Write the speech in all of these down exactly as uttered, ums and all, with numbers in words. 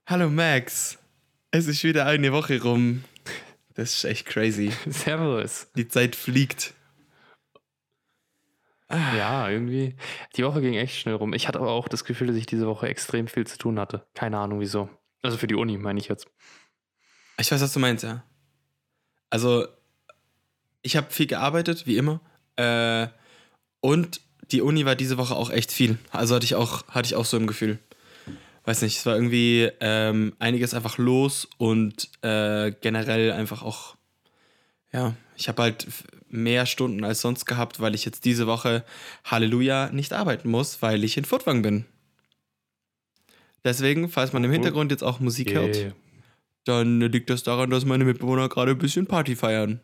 Hallo Max, es ist wieder eine Woche rum. Das ist echt crazy. Servus. Die Zeit fliegt. Ja, irgendwie. Die Woche ging echt schnell rum. Ich hatte aber auch das Gefühl, dass ich diese Woche extrem viel zu tun hatte. Keine Ahnung wieso. Also für die Uni meine ich jetzt. Ich weiß, was du meinst, ja. Also, ich habe viel gearbeitet, wie immer. Äh, und die Uni war diese Woche auch echt viel. Also hatte ich auch, hatte ich auch so im Gefühl. Weiß nicht, es war irgendwie ähm, einiges einfach los und äh, generell einfach auch, ja, ich habe halt f- mehr Stunden als sonst gehabt, weil ich jetzt diese Woche, Halleluja, nicht arbeiten muss, weil ich in Furtwangen bin. Deswegen, falls man im Hintergrund jetzt auch Musik hört, Yeah. dann liegt das daran, dass meine Mitbewohner gerade ein bisschen Party feiern.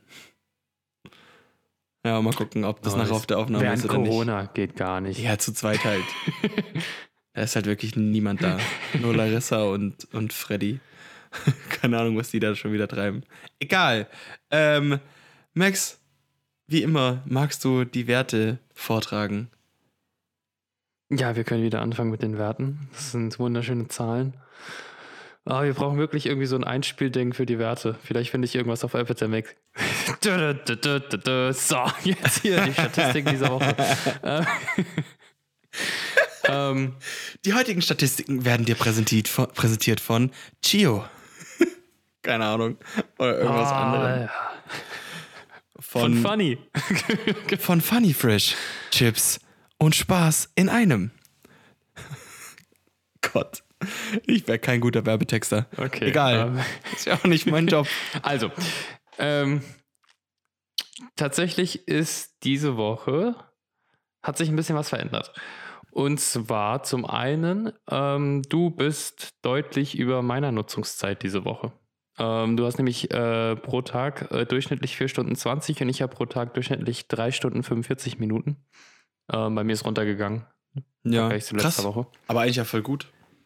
Ja, mal gucken, ob das Nice. nachher auf der Aufnahme Während ist oder nicht. Corona geht gar nicht. Ja, zu zweit halt. Da ist halt wirklich niemand da. Nur Larissa und, und Freddy. Keine Ahnung, was die da schon wieder treiben. Egal. Ähm, Max, wie immer, magst du die Werte vortragen? Ja, wir können wieder anfangen mit den Werten. Das sind wunderschöne Zahlen. Aber wir brauchen wirklich irgendwie so ein Einspielding für die Werte. Vielleicht finde ich irgendwas auf Epidemic. So, jetzt hier die Statistiken dieser Woche. ähm, Die heutigen Statistiken werden dir präsentiert von, präsentiert von Chio. Keine Ahnung. Oder irgendwas ah, anderem. Von Von, Funny. von Funny Fresh. Chips und Spaß in einem. Gott. Ich wäre kein guter Werbetexter. Okay. Egal. ähm, Ist ja auch nicht mein Job. Also, ähm, tatsächlich ist diese Woche, hat sich ein bisschen was verändert. Und zwar zum einen, ähm, du bist deutlich über meiner Nutzungszeit diese Woche. Ähm, du hast nämlich äh, pro Tag äh, durchschnittlich vier Stunden zwanzig und ich habe pro Tag durchschnittlich drei Stunden fünfundvierzig Minuten. Ähm, bei mir ist runtergegangen. Ja, Vergleich zu letzter krass. Woche. Aber eigentlich ja voll gut.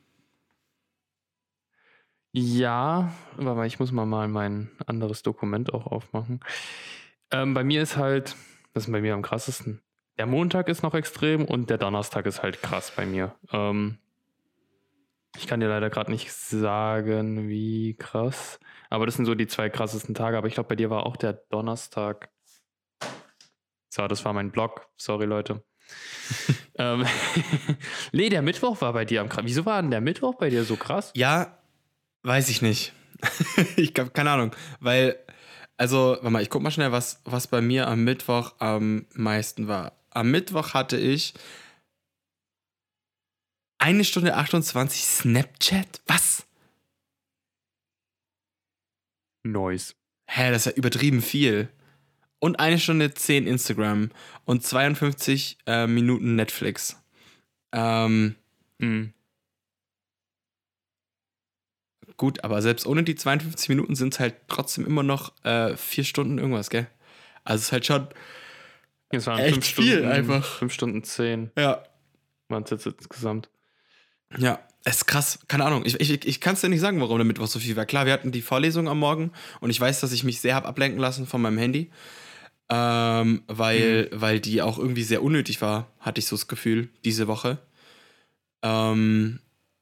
Ja, aber ich muss mal mal mein anderes Dokument auch aufmachen. Ähm, bei mir ist halt, das ist bei mir am krassesten. Der Montag ist noch extrem und der Donnerstag ist halt krass bei mir. Ähm, ich kann dir leider gerade nicht sagen, wie krass. Aber das sind so die zwei krassesten Tage. Aber ich glaube, bei dir war auch der Donnerstag. So, das war mein Blog. Sorry, Leute. ähm, nee, der Mittwoch war bei dir am krass. Wieso war denn der Mittwoch bei dir so krass? Ja, weiß ich nicht. Ich habe keine Ahnung. Weil, also, warte mal, ich guck mal schnell, was, was bei mir am Mittwoch am meisten war. Am Mittwoch hatte ich eine Stunde achtundzwanzig Snapchat. Was? Nice. Hä, das ist ja übertrieben viel. Und eine Stunde zehn Instagram und zweiundfünfzig äh, Minuten Netflix. Ähm, Mhm. gut, aber selbst ohne die zweiundfünfzig Minuten sind es halt trotzdem immer noch äh, vier Stunden irgendwas, gell? Also es ist halt schon Es waren echt fünf viel Stunden, einfach. fünf Stunden zehn Ja. waren es jetzt insgesamt. Ja, es ist krass. Keine Ahnung. Ich, ich, ich kann es dir nicht sagen, warum der Mittwoch so viel war. Klar, wir hatten die Vorlesung am Morgen und ich weiß, dass ich mich sehr habe ablenken lassen von meinem Handy. Ähm, weil, Mhm. weil die auch irgendwie sehr unnötig war, hatte ich so das Gefühl, diese Woche. Ähm,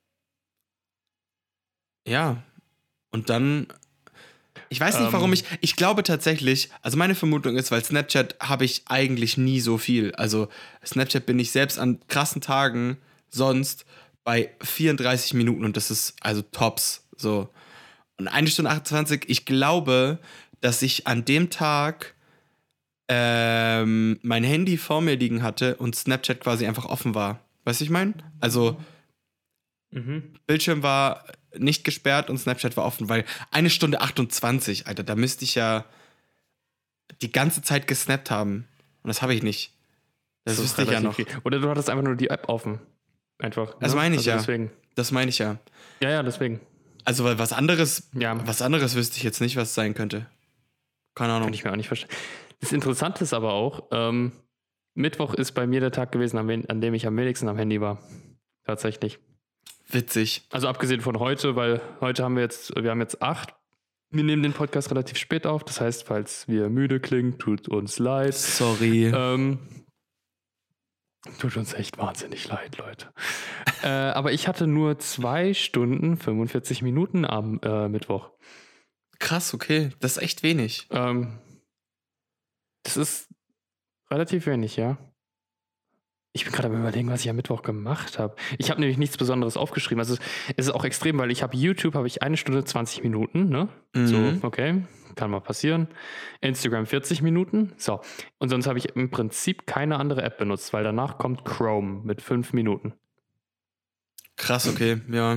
ja. Und dann, ich weiß nicht, warum Ähm, ich, ich glaube tatsächlich, also meine Vermutung ist, weil Snapchat habe ich eigentlich nie so viel. Also Snapchat bin ich selbst an krassen Tagen sonst bei vierunddreißig Minuten und das ist also tops, so. Und eine Stunde achtundzwanzig, ich glaube, dass ich an dem Tag ähm, mein Handy vor mir liegen hatte und Snapchat quasi einfach offen war. Weißt du, ich meine? Also mhm. Bildschirm war nicht gesperrt und Snapchat war offen, weil eine Stunde achtundzwanzig, Alter, da müsste ich ja die ganze Zeit gesnappt haben. Und das habe ich nicht. Das, Das ist wüsste ich ja relativ noch. viel. Oder du hattest einfach nur die App offen. Einfach. Das Ne? meine ich also ja. Deswegen. Das meine ich ja. Ja, ja, deswegen. Also, weil was anderes, Ja, was anderes wüsste ich jetzt nicht, was es sein könnte. Keine Ahnung. kann ich mir auch nicht verstehen. Das Interessante ist aber auch, ähm, Mittwoch ist bei mir der Tag gewesen, an, wen- an dem ich am wenigsten am Handy war. Tatsächlich. Witzig. Also abgesehen von heute, weil heute haben wir jetzt, wir haben jetzt acht. Wir nehmen den Podcast relativ spät auf. Das heißt, falls wir müde klingen, tut uns leid. Sorry. Ähm, Tut uns echt wahnsinnig leid, Leute. äh, aber ich hatte nur zwei Stunden, fünfundvierzig Minuten am äh, Mittwoch. Krass, okay. Das ist echt wenig. Ähm, das ist relativ wenig, ja. Ich bin gerade am Überlegen, was ich am Mittwoch gemacht habe. Ich habe nämlich nichts Besonderes aufgeschrieben. Also es ist auch extrem, weil ich habe YouTube, habe ich eine Stunde zwanzig Minuten, ne? Mhm. So, okay, kann mal passieren. Instagram vierzig Minuten, so. Und sonst habe ich im Prinzip keine andere App benutzt, weil danach kommt Chrome mit fünf Minuten. Krass, okay, ja.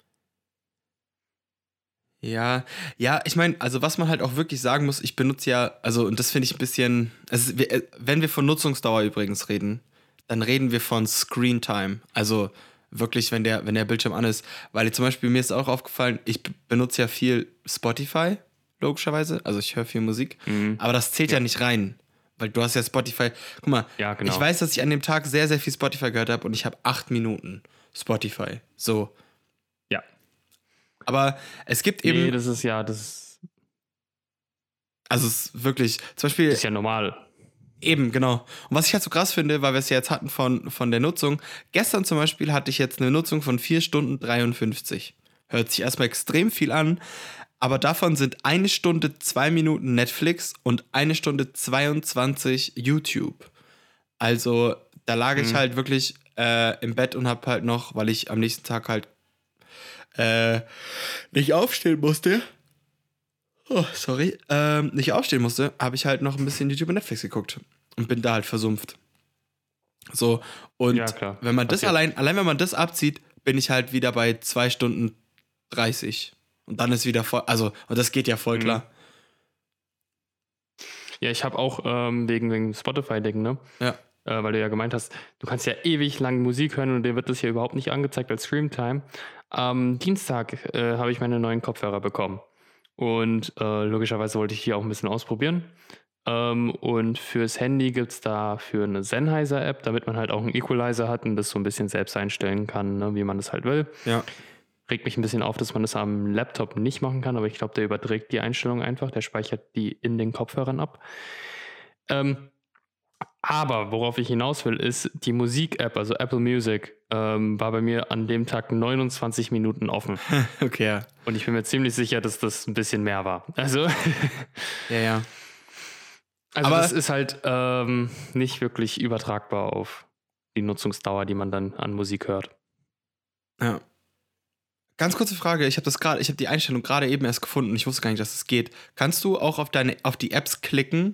Ja, ja, ich meine, also was man halt auch wirklich sagen muss, ich benutze ja, also und das finde ich ein bisschen, also wir- wenn wir von Nutzungsdauer übrigens reden, dann reden wir von Screen Time. Also wirklich, wenn der, wenn der Bildschirm an ist. Weil zum Beispiel mir ist auch aufgefallen, ich b- benutze ja viel Spotify, logischerweise. Also ich höre viel Musik. Mhm. Aber das zählt ja. nicht rein. Weil du hast ja Spotify. Guck mal, Ja, genau. ich weiß, dass ich an dem Tag sehr, sehr viel Spotify gehört habe und ich habe acht Minuten Spotify. So. Ja. Aber es gibt eben. Nee, das ist ja, das ist, Also es ist wirklich, zum Beispiel. das ist ja normal. Eben, genau. Und was ich halt so krass finde, weil wir es ja jetzt hatten von, von der Nutzung. Gestern zum Beispiel hatte ich jetzt eine Nutzung von vier Stunden dreiundfünfzig. Hört sich erstmal extrem viel an, aber davon sind eine Stunde zwei Minuten Netflix und eine Stunde zweiundzwanzig YouTube. Also da lag ich Mhm. halt wirklich äh, im Bett und hab halt noch, weil ich am nächsten Tag halt äh, nicht aufstehen musste, oh, sorry, ähm, nicht aufstehen musste, habe ich halt noch ein bisschen YouTube und Netflix geguckt und bin da halt versumpft. So, und Ja, klar. wenn man das Passiert. allein, allein wenn man das abzieht, bin ich halt wieder bei zwei Stunden dreißig. Und dann ist wieder voll, also, und das geht ja voll Mhm. klar. Ja, ich habe auch ähm, wegen, wegen Spotify-Ding, ne? Ja. Äh, weil du ja gemeint hast, du kannst ja ewig lang Musik hören und dir wird das hier überhaupt nicht angezeigt als Screamtime. Am Dienstag äh, habe ich meine neuen Kopfhörer bekommen. Und äh, logischerweise wollte ich die auch ein bisschen ausprobieren. Ähm, und fürs Handy gibt es da für eine Sennheiser-App, damit man halt auch einen Equalizer hat und das so ein bisschen selbst einstellen kann, ne, wie man das halt will. Ja. Regt mich ein bisschen auf, dass man das am Laptop nicht machen kann, aber ich glaube, der überträgt die Einstellung einfach, der speichert die in den Kopfhörern ab. Ähm, aber worauf ich hinaus will, ist, die Musik-App, also Apple Music, ähm, war bei mir an dem Tag neunundzwanzig Minuten offen. Okay, ja. Und ich bin mir ziemlich sicher, dass das ein bisschen mehr war. Also, Ja, ja. also Aber- das ist halt ähm, nicht wirklich übertragbar auf die Nutzungsdauer, die man dann an Musik hört. Ja. Ganz kurze Frage, ich habe das gerade, ich habe die Einstellung gerade eben erst gefunden, ich wusste gar nicht, dass es geht. Kannst du auch auf deine, auf die Apps klicken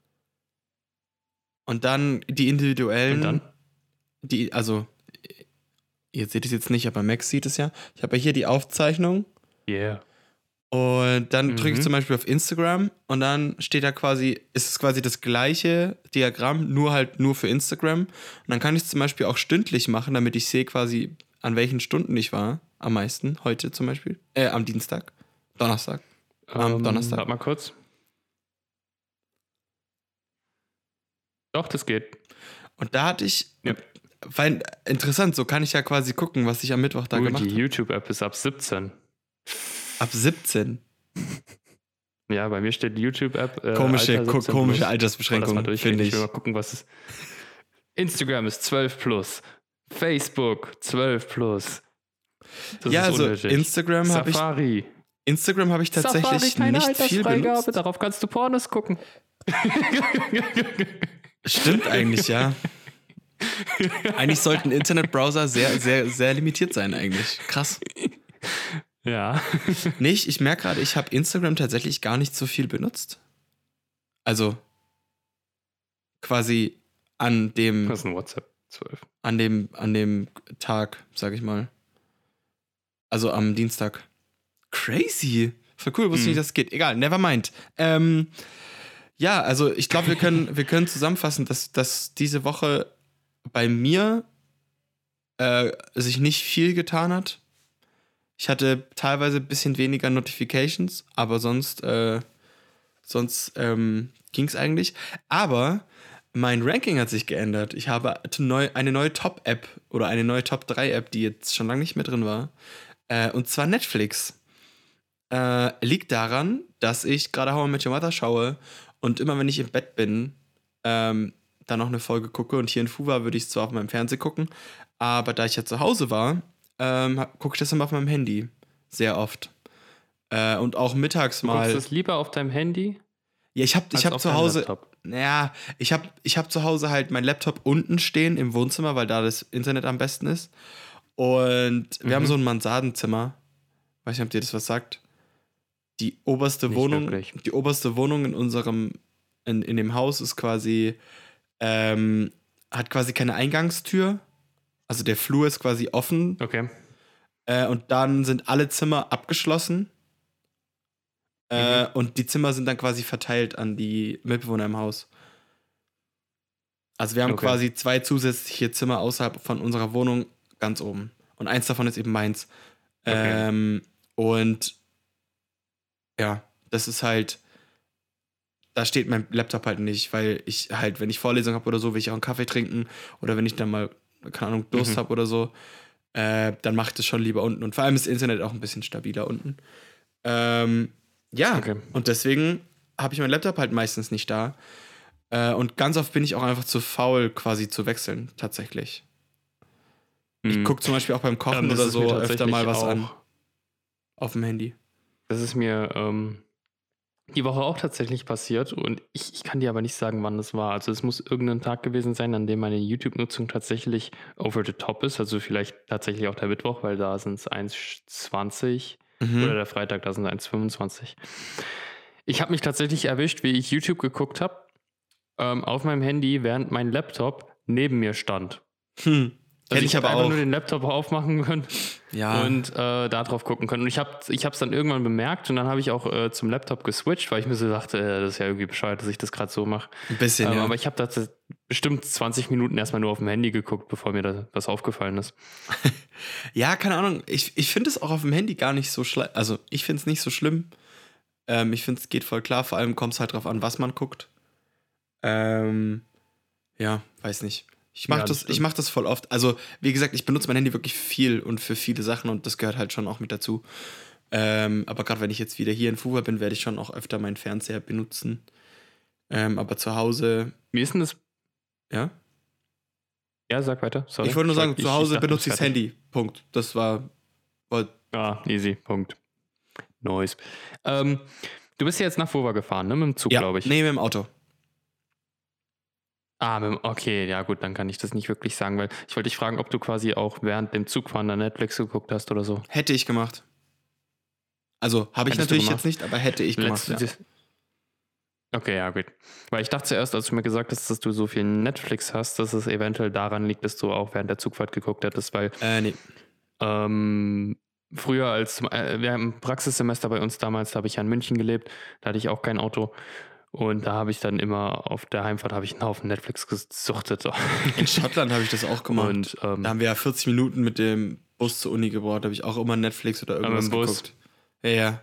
und dann die individuellen, Und dann? die, also, ihr seht es jetzt nicht, aber Max sieht es ja. Ich habe ja hier die Aufzeichnung Yeah. und dann drücke ich Mhm. zum Beispiel auf Instagram und dann steht da quasi, ist es quasi das gleiche Diagramm, nur halt nur für Instagram. Und dann kann ich es zum Beispiel auch stündlich machen, damit ich sehe quasi, an welchen Stunden ich war am meisten. Heute zum Beispiel. Äh, am Dienstag. Donnerstag. Am Ähm, Donnerstag. Warte mal kurz. Doch, das geht. Und da hatte ich, Ja. weil interessant, so kann ich ja quasi gucken, was ich am Mittwoch da Nur gemacht die habe. YouTube-App ist ab siebzehn. Ab siebzehn. Ja, bei mir steht die YouTube-App. Äh, Komische, Alter ko- siebzehn komische plus. Wollen das Altersbeschränkung, mal durchgehen? finde Ich ich. will mal gucken, was ist. Instagram ist zwölf plus. Facebook zwölf plus. Das Ja, ist also unnötig. Instagram habe ich, Safari. Instagram habe ich tatsächlich Safari, keine nicht viel Altersfreigabe. benutzt. Darauf kannst du Pornos gucken. Stimmt eigentlich, ja. Eigentlich sollten Internetbrowser sehr, sehr, sehr limitiert sein eigentlich. Krass. Ja. Nicht, ich merke gerade, ich habe Instagram tatsächlich gar nicht so viel benutzt. Also quasi an dem, Das ist ein WhatsApp zwölf. an dem, an dem Tag, sag ich mal. Also am Dienstag. Crazy. Voll cool, wusste Mhm. nicht, dass es geht. Egal, never mind. Ähm, ja, also ich glaube, wir können, wir können zusammenfassen, dass, dass diese Woche bei mir äh, sich nicht viel getan hat. Ich hatte teilweise ein bisschen weniger Notifications, aber sonst, äh, sonst ähm, ging es eigentlich. Aber mein Ranking hat sich geändert. Ich habe neu, eine neue Top-App oder eine neue Top drei App, die jetzt schon lange nicht mehr drin war. Äh, und zwar Netflix. Äh, liegt daran, dass ich gerade How I Met Your Mother schaue und immer wenn ich im Bett bin, ähm, dann noch eine Folge gucke. Und hier in Fuwa würde ich es zwar auf meinem Fernseher gucken, aber da ich ja zu Hause war, ähm, gucke ich das immer auf meinem Handy. Sehr oft. Äh, und auch mittags Du mal. guckst es lieber auf deinem Handy? Ja, ich habe ich als hab auf zu deinem Hause. Laptop? Naja, ich habe ich hab zu Hause halt meinen Laptop unten stehen im Wohnzimmer, weil da das Internet am besten ist. Und wir Mhm. haben so ein Mansardenzimmer. Weiß nicht, ob dir das was sagt. Die oberste Nicht Wohnung, wirklich. die oberste Wohnung in unserem, in, in dem Haus ist quasi, ähm, hat quasi keine Eingangstür. Also der Flur ist quasi offen. Okay. Äh, und dann sind alle Zimmer abgeschlossen. Äh, Mhm. und die Zimmer sind dann quasi verteilt an die Mitbewohner im Haus. Also wir haben Okay. quasi zwei zusätzliche Zimmer außerhalb von unserer Wohnung ganz oben. Und eins davon ist eben meins. Okay. Ähm, und ja, das ist halt, da steht mein Laptop halt nicht, weil ich halt, wenn ich Vorlesung habe oder so, will ich auch einen Kaffee trinken oder wenn ich dann mal, keine Ahnung, Durst Mhm. habe oder so, äh, dann mache ich das schon lieber unten. Und vor allem ist das Internet auch ein bisschen stabiler unten. Ähm, ja, Okay. und deswegen habe ich meinen Laptop halt meistens nicht da. Äh, und ganz oft bin ich auch einfach zu faul, quasi zu wechseln, tatsächlich. Ich Mhm. gucke zum Beispiel auch beim Kochen Ähm, das oder ist mir so öfter mal tatsächlich was auch, an auf dem Handy. Das ist mir ähm, die Woche auch tatsächlich passiert und ich, ich kann dir aber nicht sagen, wann das war. Also es muss irgendein Tag gewesen sein, an dem meine YouTube-Nutzung tatsächlich over the top ist. Also vielleicht tatsächlich auch der Mittwoch, weil da sind es eins zwanzig Mhm. oder der Freitag, da sind es eins fünfundzwanzig. Ich habe mich tatsächlich erwischt, wie ich YouTube geguckt habe, ähm, auf meinem Handy, während mein Laptop neben mir stand. Hm. Also Kenn ich ich habe aber einfach auch. nur den Laptop aufmachen können Ja. und äh, da drauf gucken können. Und ich habe ich es dann irgendwann bemerkt und dann habe ich auch äh, zum Laptop geswitcht, weil ich mir so dachte, äh, das ist ja irgendwie bescheuert, dass ich das gerade so mache. Ein bisschen, Ähm, ja. aber ich habe da bestimmt zwanzig Minuten erstmal nur auf dem Handy geguckt, bevor mir da was aufgefallen ist. Ja, keine Ahnung. Ich, ich finde es auch auf dem Handy gar nicht so schlimm. Also, ich finde es nicht so schlimm. Ähm, ich finde, es geht voll klar. Vor allem kommt es halt drauf an, was man guckt. Ähm, ja, weiß nicht. Ich mache Ja, das das, ich stimmt. mach das voll oft. Also, wie gesagt, ich benutze mein Handy wirklich viel und für viele Sachen und das gehört halt schon auch mit dazu. Ähm, aber gerade wenn ich jetzt wieder hier in Fuwa bin, werde ich schon auch öfter meinen Fernseher benutzen. Ähm, aber zu Hause, Wie ist denn das? ja. Ja, sag weiter. Sorry. Ich wollte nur sagen, wollt- zu Hause dachte, du benutze ich bist das fertig. Handy. Punkt. Das war. war Ah, easy. Punkt. Nice. Ähm, du bist ja jetzt nach Fuwa gefahren, ne? Mit dem Zug, ja, glaube ich. nee, mit dem Auto. Ah, mit dem- okay, ja gut, dann kann ich das nicht wirklich sagen, weil ich wollte dich fragen, ob du quasi auch während dem Zugfahren dann Netflix geguckt hast oder so. Hätte ich gemacht. Also, habe ich Hättest du natürlich gemacht? jetzt nicht, aber hätte ich gemacht. Ja. Letzte- Okay, ja gut. Weil ich dachte zuerst, als du mir gesagt hast, dass du so viel Netflix hast, dass es eventuell daran liegt, dass du auch während der Zugfahrt geguckt hättest, weil Äh, nee. ähm, früher als äh, wir haben ein Praxissemester bei uns damals, da habe ich ja in München gelebt, da hatte ich auch kein Auto und da habe ich dann immer auf der Heimfahrt habe ich einen Haufen Netflix gesuchtet. In Schottland habe ich das auch gemacht. Und ähm, Da haben wir ja vierzig Minuten mit dem Bus zur Uni gebraucht. Da habe ich auch immer Netflix oder irgendwas im Bus? geguckt. Ja, ja.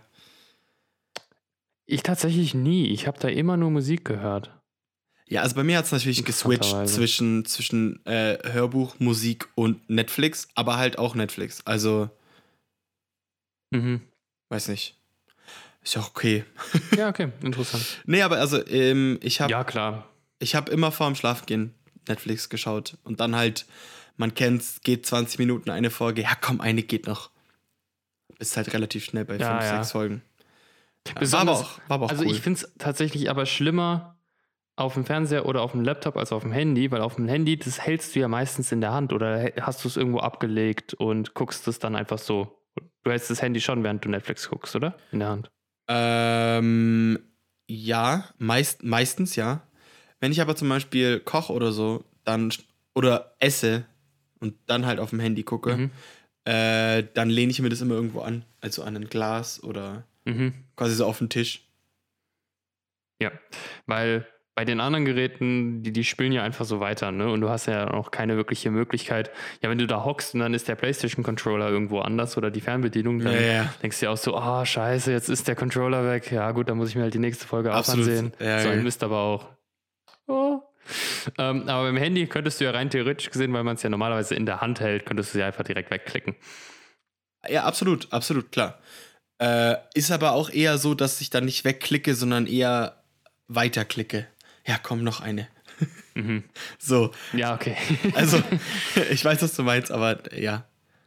ich tatsächlich nie. Ich habe da immer nur Musik gehört. Ja, also bei mir hat es natürlich geswitcht Interessanterweise. zwischen, zwischen äh, Hörbuch, Musik und Netflix, aber halt auch Netflix. Also, Mhm. weiß nicht. Ist ja auch okay. Ja, okay, interessant. Nee, aber also, ähm, ich habe Ja, klar. ich hab immer vorm Schlafengehen Netflix geschaut. Und dann halt, man kennt's, geht zwanzig Minuten eine Folge. Ja, komm, eine geht noch. Ist halt relativ schnell bei Ja, fünf, ja. sechs Folgen. Ja, war, aber Besonders- auch, war aber auch Also cool. ich finde es tatsächlich aber schlimmer auf dem Fernseher oder auf dem Laptop als auf dem Handy, weil auf dem Handy, das hältst du ja meistens in der Hand oder hast du es irgendwo abgelegt und guckst es dann einfach so. Du hältst das Handy schon, während du Netflix guckst, oder? In der Hand. Ähm, ja, meist, meistens ja. Wenn ich aber zum Beispiel koche oder so, dann oder esse und dann halt auf dem Handy gucke, Mhm. äh, dann lehne ich mir das immer irgendwo an. Also an ein Glas oder Mhm. quasi so auf den Tisch. Ja, weil bei den anderen Geräten, die, die spielen ja einfach so weiter, ne? Und du hast ja auch keine wirkliche Möglichkeit. Ja, wenn du da hockst und dann ist der PlayStation-Controller irgendwo anders oder die Fernbedienung, dann Ja, ja. denkst du dir auch so, ah, scheiße, jetzt ist der Controller weg. Ja, gut, dann muss ich mir halt die nächste Folge auch Absolut. ansehen. Ja, so ein ja. Mist aber auch. Oh. Ähm, aber beim Handy könntest du ja rein theoretisch gesehen, weil man es ja normalerweise in der Hand hält, könntest du sie einfach direkt wegklicken. Ja, absolut, absolut, klar. Äh, ist aber auch eher so, dass ich dann nicht wegklicke, sondern eher weiterklicke. Ja, komm, noch eine. Mhm. So, Ja, okay. also ich weiß, was du meinst, aber ja.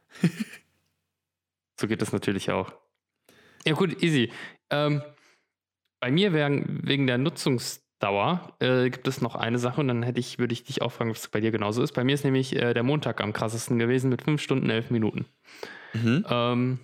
So geht das natürlich auch. Ja, gut, easy. Ähm, bei mir wegen, wegen der Nutzungsdauer äh, gibt es noch eine Sache und dann hätte ich, würde ich dich auch fragen, ob es bei dir genauso ist. Bei mir ist nämlich äh, der Montag am krassesten gewesen mit fünf Stunden, elf Minuten. Mhm. Ähm,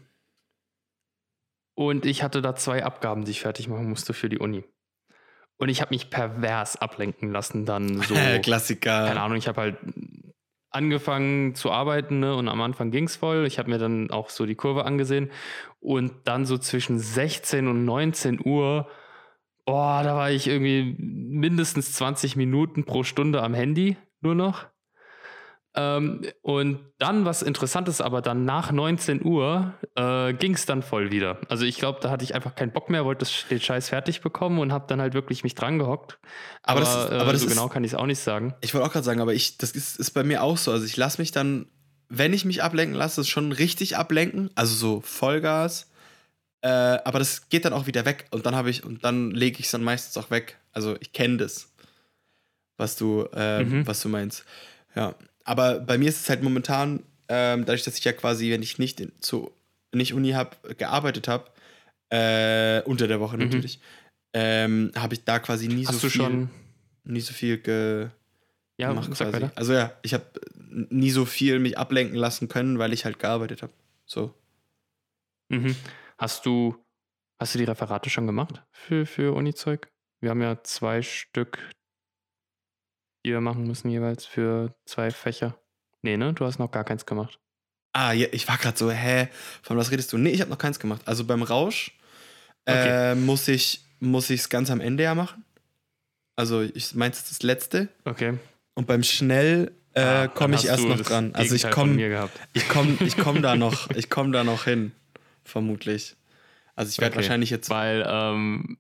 und ich hatte da zwei Abgaben, die ich fertig machen musste für die Uni. Und ich habe mich pervers ablenken lassen, dann so, Klassiker. keine Ahnung, ich habe halt angefangen zu arbeiten, ne, und am Anfang ging es voll. Ich habe mir dann auch so die Kurve angesehen und dann so zwischen sechzehn und neunzehn Uhr, boah, da war ich irgendwie mindestens zwanzig Minuten pro Stunde am Handy nur noch. Ähm, und dann, was Interessantes, aber dann nach neunzehn Uhr äh, ging es dann voll wieder. Also ich glaube, da hatte ich einfach keinen Bock mehr, wollte das, den Scheiß fertig bekommen und habe dann halt wirklich mich dran gehockt. Aber Aber, das ist- aber äh, das so ist- genau kann ich es auch nicht sagen. Ich wollte auch gerade sagen, aber ich, das ist, ist bei mir auch so. Also ich lasse mich dann, wenn ich mich ablenken lasse, schon richtig ablenken. Also so Vollgas. Äh, aber das geht dann auch wieder weg. Und dann habe ich, und dann lege ich es dann meistens auch weg. Also ich kenne das, was du, ähm, Mhm. was du meinst. Ja. Aber bei mir ist es halt momentan, ähm, dadurch, dass ich ja quasi, wenn ich nicht in, zu, nicht Uni habe, gearbeitet habe, äh, unter der Woche Mhm. natürlich, ähm, habe ich da quasi nie Hast so du viel, schon. nie so viel ge Ja, gemacht sag quasi. weiter. Also ja, ich habe nie so viel mich ablenken lassen können, weil ich halt gearbeitet habe. So. Mhm. Hast du, hast du die Referate schon gemacht für, für Uni-Zeug? Wir haben ja zwei Stück, die wir machen müssen jeweils für zwei Fächer. Nee, ne? Du hast noch gar keins gemacht. Ah, ja, ich war gerade so, hä, von was redest du? Nee, ich habe noch keins gemacht. Also beim Rausch Okay. äh, muss ich muss ich es ganz am Ende ja machen. Also ich meins das letzte. Okay. Und beim Schnell äh, Ah, dann komme ich hast erst du noch das dran. Also ich Gegenteil von komme mir gehabt. ich komme ich komme da noch ich komme da noch hin, vermutlich. Also ich werde Okay. wahrscheinlich jetzt Weil ähm,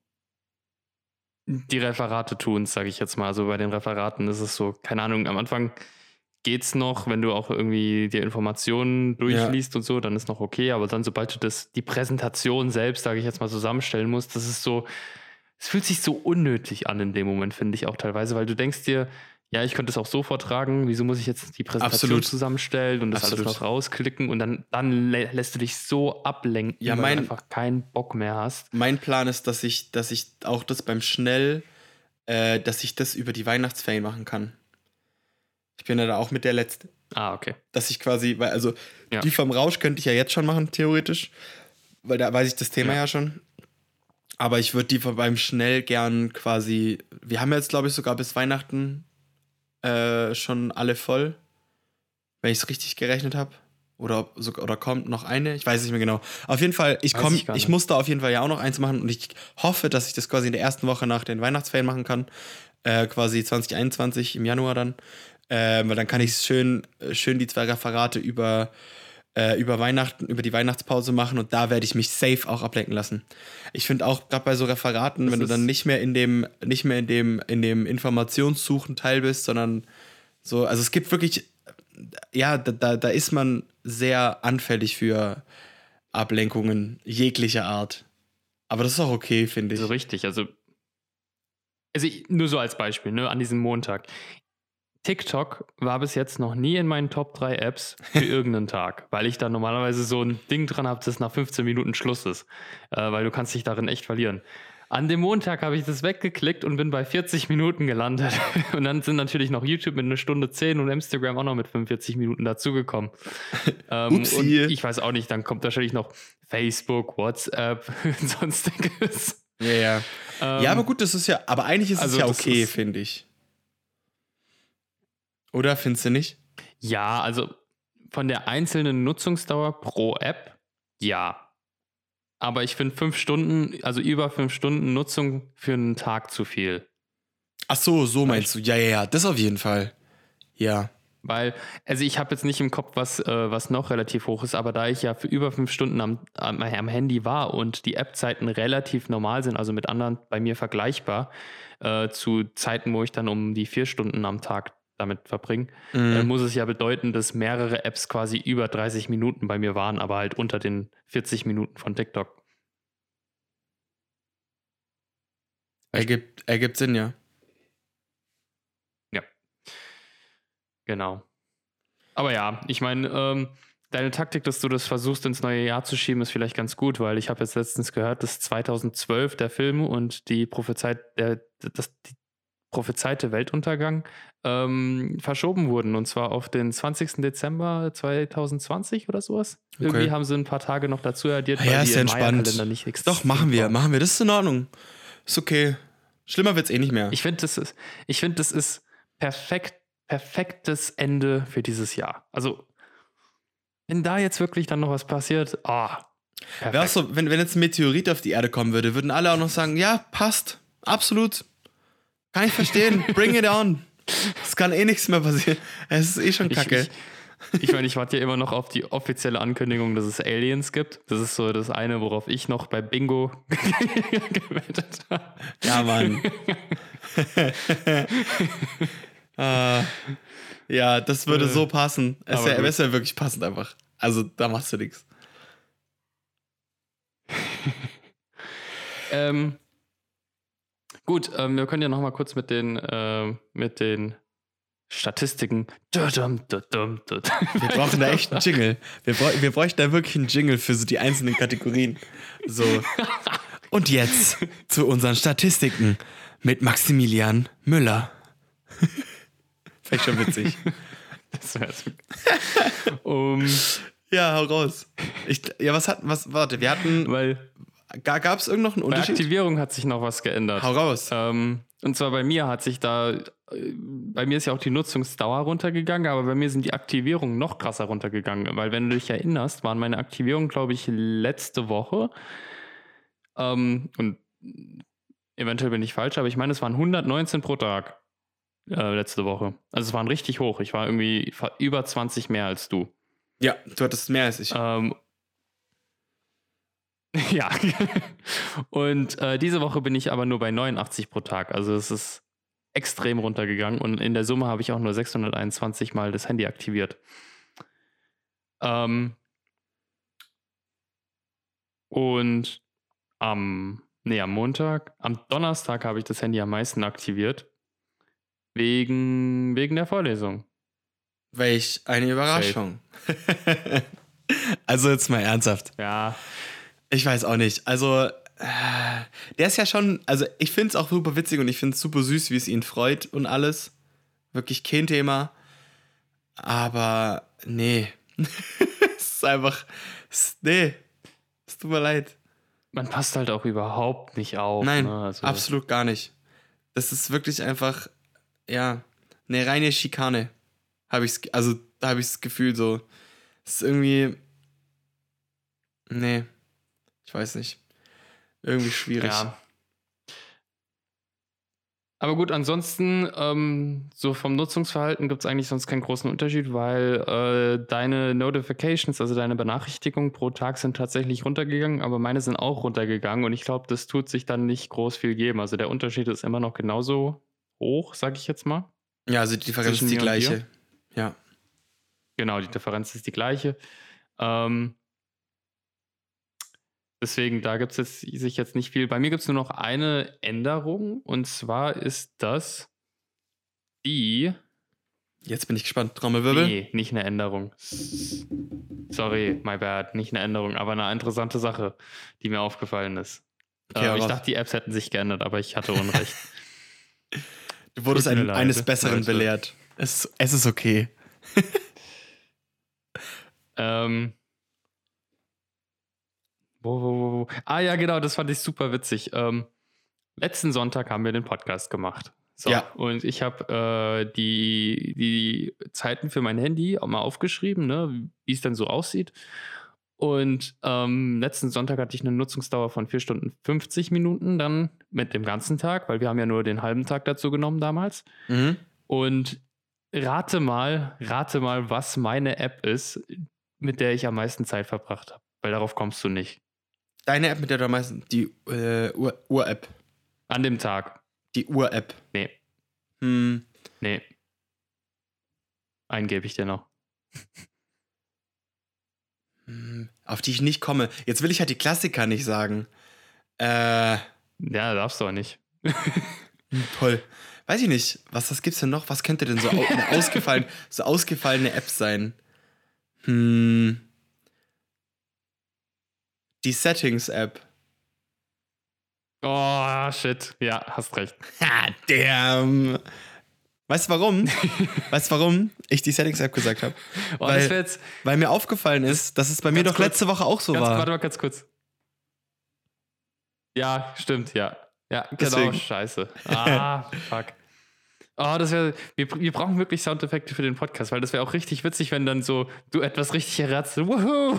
die Referate tun es, sage ich jetzt mal. Also bei den Referaten ist es so, keine Ahnung, am Anfang geht's noch, wenn du auch irgendwie die Informationen durchliest und so, dann ist noch okay, aber dann, sobald du das, die Präsentation selbst, sage ich jetzt mal, zusammenstellen musst, das ist so, es fühlt sich so unnötig an in dem Moment, finde ich auch teilweise, weil du denkst dir, ja, ich könnte es auch so vortragen, wieso muss ich jetzt die Präsentation Absolut. zusammenstellen und das Absolut. alles noch rausklicken und dann, dann lä lässt du dich so ablenken, Ja, weil mein- du einfach keinen Bock mehr hast. Mein Plan ist, dass ich, dass ich auch das beim Schnell, äh, dass ich das über die Weihnachtsferien machen kann. Ich bin ja da auch mit der Letzte. Ah, okay. Dass ich quasi, weil, also Ja. die vom Rausch könnte ich ja jetzt schon machen, theoretisch. Weil da weiß ich das Thema ja, Ja. schon. Aber ich würde die von beim Schnell gern quasi. Wir haben jetzt, glaube ich, sogar bis Weihnachten äh, schon alle voll. Wenn ich es richtig gerechnet habe. Oder, ob sogar- oder kommt noch eine? Ich weiß nicht mehr genau. Auf jeden Fall, ich Weiß komm, ich gar ich nicht. muss da auf jeden Fall ja auch noch eins machen und ich hoffe, dass ich das quasi in der ersten Woche nach den Weihnachtsferien machen kann. Äh, quasi zwanzig einundzwanzig im Januar dann. Äh, weil dann kann ich schön, äh, schön die zwei Referate über, äh, über Weihnachten, über die Weihnachtspause machen und da werde ich mich safe auch ablenken lassen. Ich finde auch gerade bei so Referaten, Das wenn du dann ist- nicht mehr in dem, nicht mehr in dem, in dem Informationssuchen Teil bist, sondern so, also es gibt wirklich, ja, da, da, da ist man sehr anfällig für Ablenkungen jeglicher Art. Aber das ist auch okay, finde ich. So richtig, also, also ich, nur so als Beispiel, ne, an diesem Montag. TikTok war bis jetzt noch nie in meinen Top drei Apps für irgendeinen Tag, weil ich da normalerweise so ein Ding dran habe, das nach fünfzehn Minuten Schluss ist, äh, weil du kannst dich darin echt verlieren. An dem Montag habe ich das weggeklickt und bin bei vierzig Minuten gelandet. Und dann sind natürlich noch YouTube mit einer Stunde zehn und Instagram auch noch mit fünfundvierzig Minuten dazugekommen. ähm, und Upsi. ich weiß auch nicht, dann kommt wahrscheinlich noch Facebook, WhatsApp und sonstiges. Ja, ja. Ähm, Ja, aber gut, das ist ja, aber eigentlich ist also es ja das okay, ist- finde ich. Oder findest du nicht? Ja, also von der einzelnen Nutzungsdauer pro App, ja. Aber ich finde fünf Stunden, also über fünf Stunden Nutzung für einen Tag zu viel. Ach so, so meinst du. Ja, ja, ja, das auf jeden Fall. Ja. Weil, also ich habe jetzt nicht im Kopf, was, äh, was noch relativ hoch ist, aber da ich ja für über fünf Stunden am, am, am Handy war und die App-Zeiten relativ normal sind, also mit anderen bei mir vergleichbar, äh, zu Zeiten, wo ich dann um die vier Stunden am Tag damit verbringe, Mhm. äh, muss es ja bedeuten, dass mehrere Apps quasi über dreißig Minuten bei mir waren, aber halt unter den vierzig Minuten von TikTok. Ergibt, ergibt Sinn, ja. Genau. Aber ja, ich meine, ähm, deine Taktik, dass du das versuchst, ins neue Jahr zu schieben, ist vielleicht ganz gut, weil ich habe jetzt letztens gehört, dass zweitausendzwölf der Film und die prophezeit, der, das, die prophezeite Weltuntergang ähm, verschoben wurden. Und zwar auf den zwanzigsten Dezember zweitausendzwanzig oder sowas. Okay. Irgendwie haben sie ein paar Tage noch dazu addiert, Ja, weil ja, die ist ja im entspannt. Maya-Kalender nicht existieren. Doch, machen wir, machen wir. Das ist in Ordnung. Ist okay. Schlimmer wird's eh nicht mehr. Ich finde, das ist, ich finde, das ist perfekt, perfektes Ende für dieses Jahr. Also, wenn da jetzt wirklich dann noch was passiert, ah, perfekt. Wäre auch so, wenn, wenn jetzt ein Meteorit auf die Erde kommen würde, würden alle auch noch sagen, ja, passt. Absolut. Kann ich verstehen. Bring it on. Es kann eh nichts mehr passieren. Es ist eh schon kacke. Ich, ich, ich meine, ich warte ja immer noch auf die offizielle Ankündigung, dass es Aliens gibt. Das ist so das eine, worauf ich noch bei Bingo gewettet habe. Ja, Mann. ah, ja, das würde so passen. Es wäre wär wirklich passend einfach. Also, da machst du nichts. ähm, gut, ähm, wir können ja noch mal kurz mit den, äh, mit den Statistiken. Wir brauchen da echt einen Jingle. Wir, bräuch, wir bräuchten da wirklich einen Jingle für so die einzelnen Kategorien. So. Und jetzt zu unseren Statistiken mit Maximilian Müller. Vielleicht schon witzig. Das wäre so. um, ja, hau raus. Ich, ja, was hatten, was, warte, wir hatten, weil gab es irgend noch einen Unterschied? Bei Aktivierung hat sich noch was geändert. Hau raus. Ähm, und zwar bei mir hat sich da, bei mir ist ja auch die Nutzungsdauer runtergegangen, aber bei mir sind die Aktivierungen noch krasser runtergegangen, weil wenn du dich erinnerst, waren meine Aktivierungen, glaube ich, letzte Woche, ähm, und eventuell bin ich falsch, aber ich meine, es waren hundertneunzehn pro Tag äh, letzte Woche. Also es waren richtig hoch. Ich war irgendwie über zwanzig mehr als du. Ja, du hattest mehr als ich. Ähm, ja. Und äh, diese Woche bin ich aber nur bei neunundachtzig pro Tag. Also es ist extrem runtergegangen und in der Summe habe ich auch nur sechshunderteinundzwanzig Mal das Handy aktiviert. Ähm, und am, nee, am Montag, am Donnerstag habe ich das Handy am meisten aktiviert. Wegen, wegen der Vorlesung. Welch eine Überraschung. Also jetzt mal ernsthaft. Ja. Ich weiß auch nicht. Also, äh, der ist ja schon, also ich finde es auch super witzig und ich finde es super süß, wie es ihn freut und alles. Wirklich kein Thema. Aber nee. Es ist einfach, es, nee. Es tut mir leid. Man passt halt auch überhaupt nicht auf. Nein, ne? Also absolut gar nicht. Das ist wirklich einfach, ja, eine reine Schikane. Habe ich's, also da habe ich das Gefühl so. Es ist irgendwie, nee. Ich weiß nicht. Irgendwie schwierig. Ja. Aber gut, ansonsten, ähm, so vom Nutzungsverhalten gibt es eigentlich sonst keinen großen Unterschied, weil äh, deine Notifications, also deine Benachrichtigungen pro Tag sind tatsächlich runtergegangen, aber meine sind auch runtergegangen und ich glaube, das tut sich dann nicht groß viel geben. Also der Unterschied ist immer noch genauso hoch, sag ich jetzt mal. Ja, also die Differenz Zwischen ist die mir und gleiche. dir. Ja. Genau, die Differenz ist die gleiche. Ähm, Deswegen, da gibt es jetzt, sich jetzt nicht viel. Bei mir gibt es nur noch eine Änderung und zwar ist das die. Jetzt bin ich gespannt. Trommelwirbel. Nee, nicht eine Änderung. Sorry, my bad. Nicht eine Änderung, aber eine interessante Sache, die mir aufgefallen ist. Okay, äh, ich raus. dachte, die Apps hätten sich geändert, aber ich hatte Unrecht. Du wurdest Tut mir ein, leid, eines Besseren Leute. belehrt. Es, es ist okay. ähm. Wo, wo, wo, wo. Ah ja, genau, das fand ich super witzig. Ähm, letzten Sonntag haben wir den Podcast gemacht. So, Ja. und ich habe äh, die, die Zeiten für mein Handy auch mal aufgeschrieben, ne, wie es dann so aussieht. Und ähm, letzten Sonntag hatte ich eine Nutzungsdauer von vier Stunden fünfzig Minuten dann mit dem ganzen Tag, weil wir haben ja nur den halben Tag dazu genommen damals. Mhm. Und rate mal, rate mal, was meine App ist, mit der ich am meisten Zeit verbracht habe. Weil darauf kommst du nicht. Deine App, mit der du am meisten. Die äh, Uhr- Uhr-App. An dem Tag. Die Uhr-App. Nee, Hm. nee. Einen gebe ich dir noch. Hm, Auf die ich nicht komme. Jetzt will ich halt die Klassiker nicht sagen. Äh, Ja, darfst du auch nicht. toll. weiß ich nicht, was, was gibt's denn noch? Was könnte denn so au- eine ausgefallen, so ausgefallene App sein? Hm. Die Settings-App. Oh, shit. Ja, hast recht. Ha, damn. Weißt du warum? Weißt du warum ich die Settings-App gesagt habe? Oh, weil, das wär jetzt, weil mir aufgefallen ist, dass es bei mir Ganz doch kurz, letzte Woche auch so ganz, war. warte mal ganz kurz. Ja, stimmt, ja. Ja, genau, Deswegen. scheiße. Ah, fuck. Oh, das wäre. Wir, wir brauchen wirklich Soundeffekte für den Podcast, weil das wäre auch richtig witzig, wenn dann so du etwas richtig erratzt. Wuhu!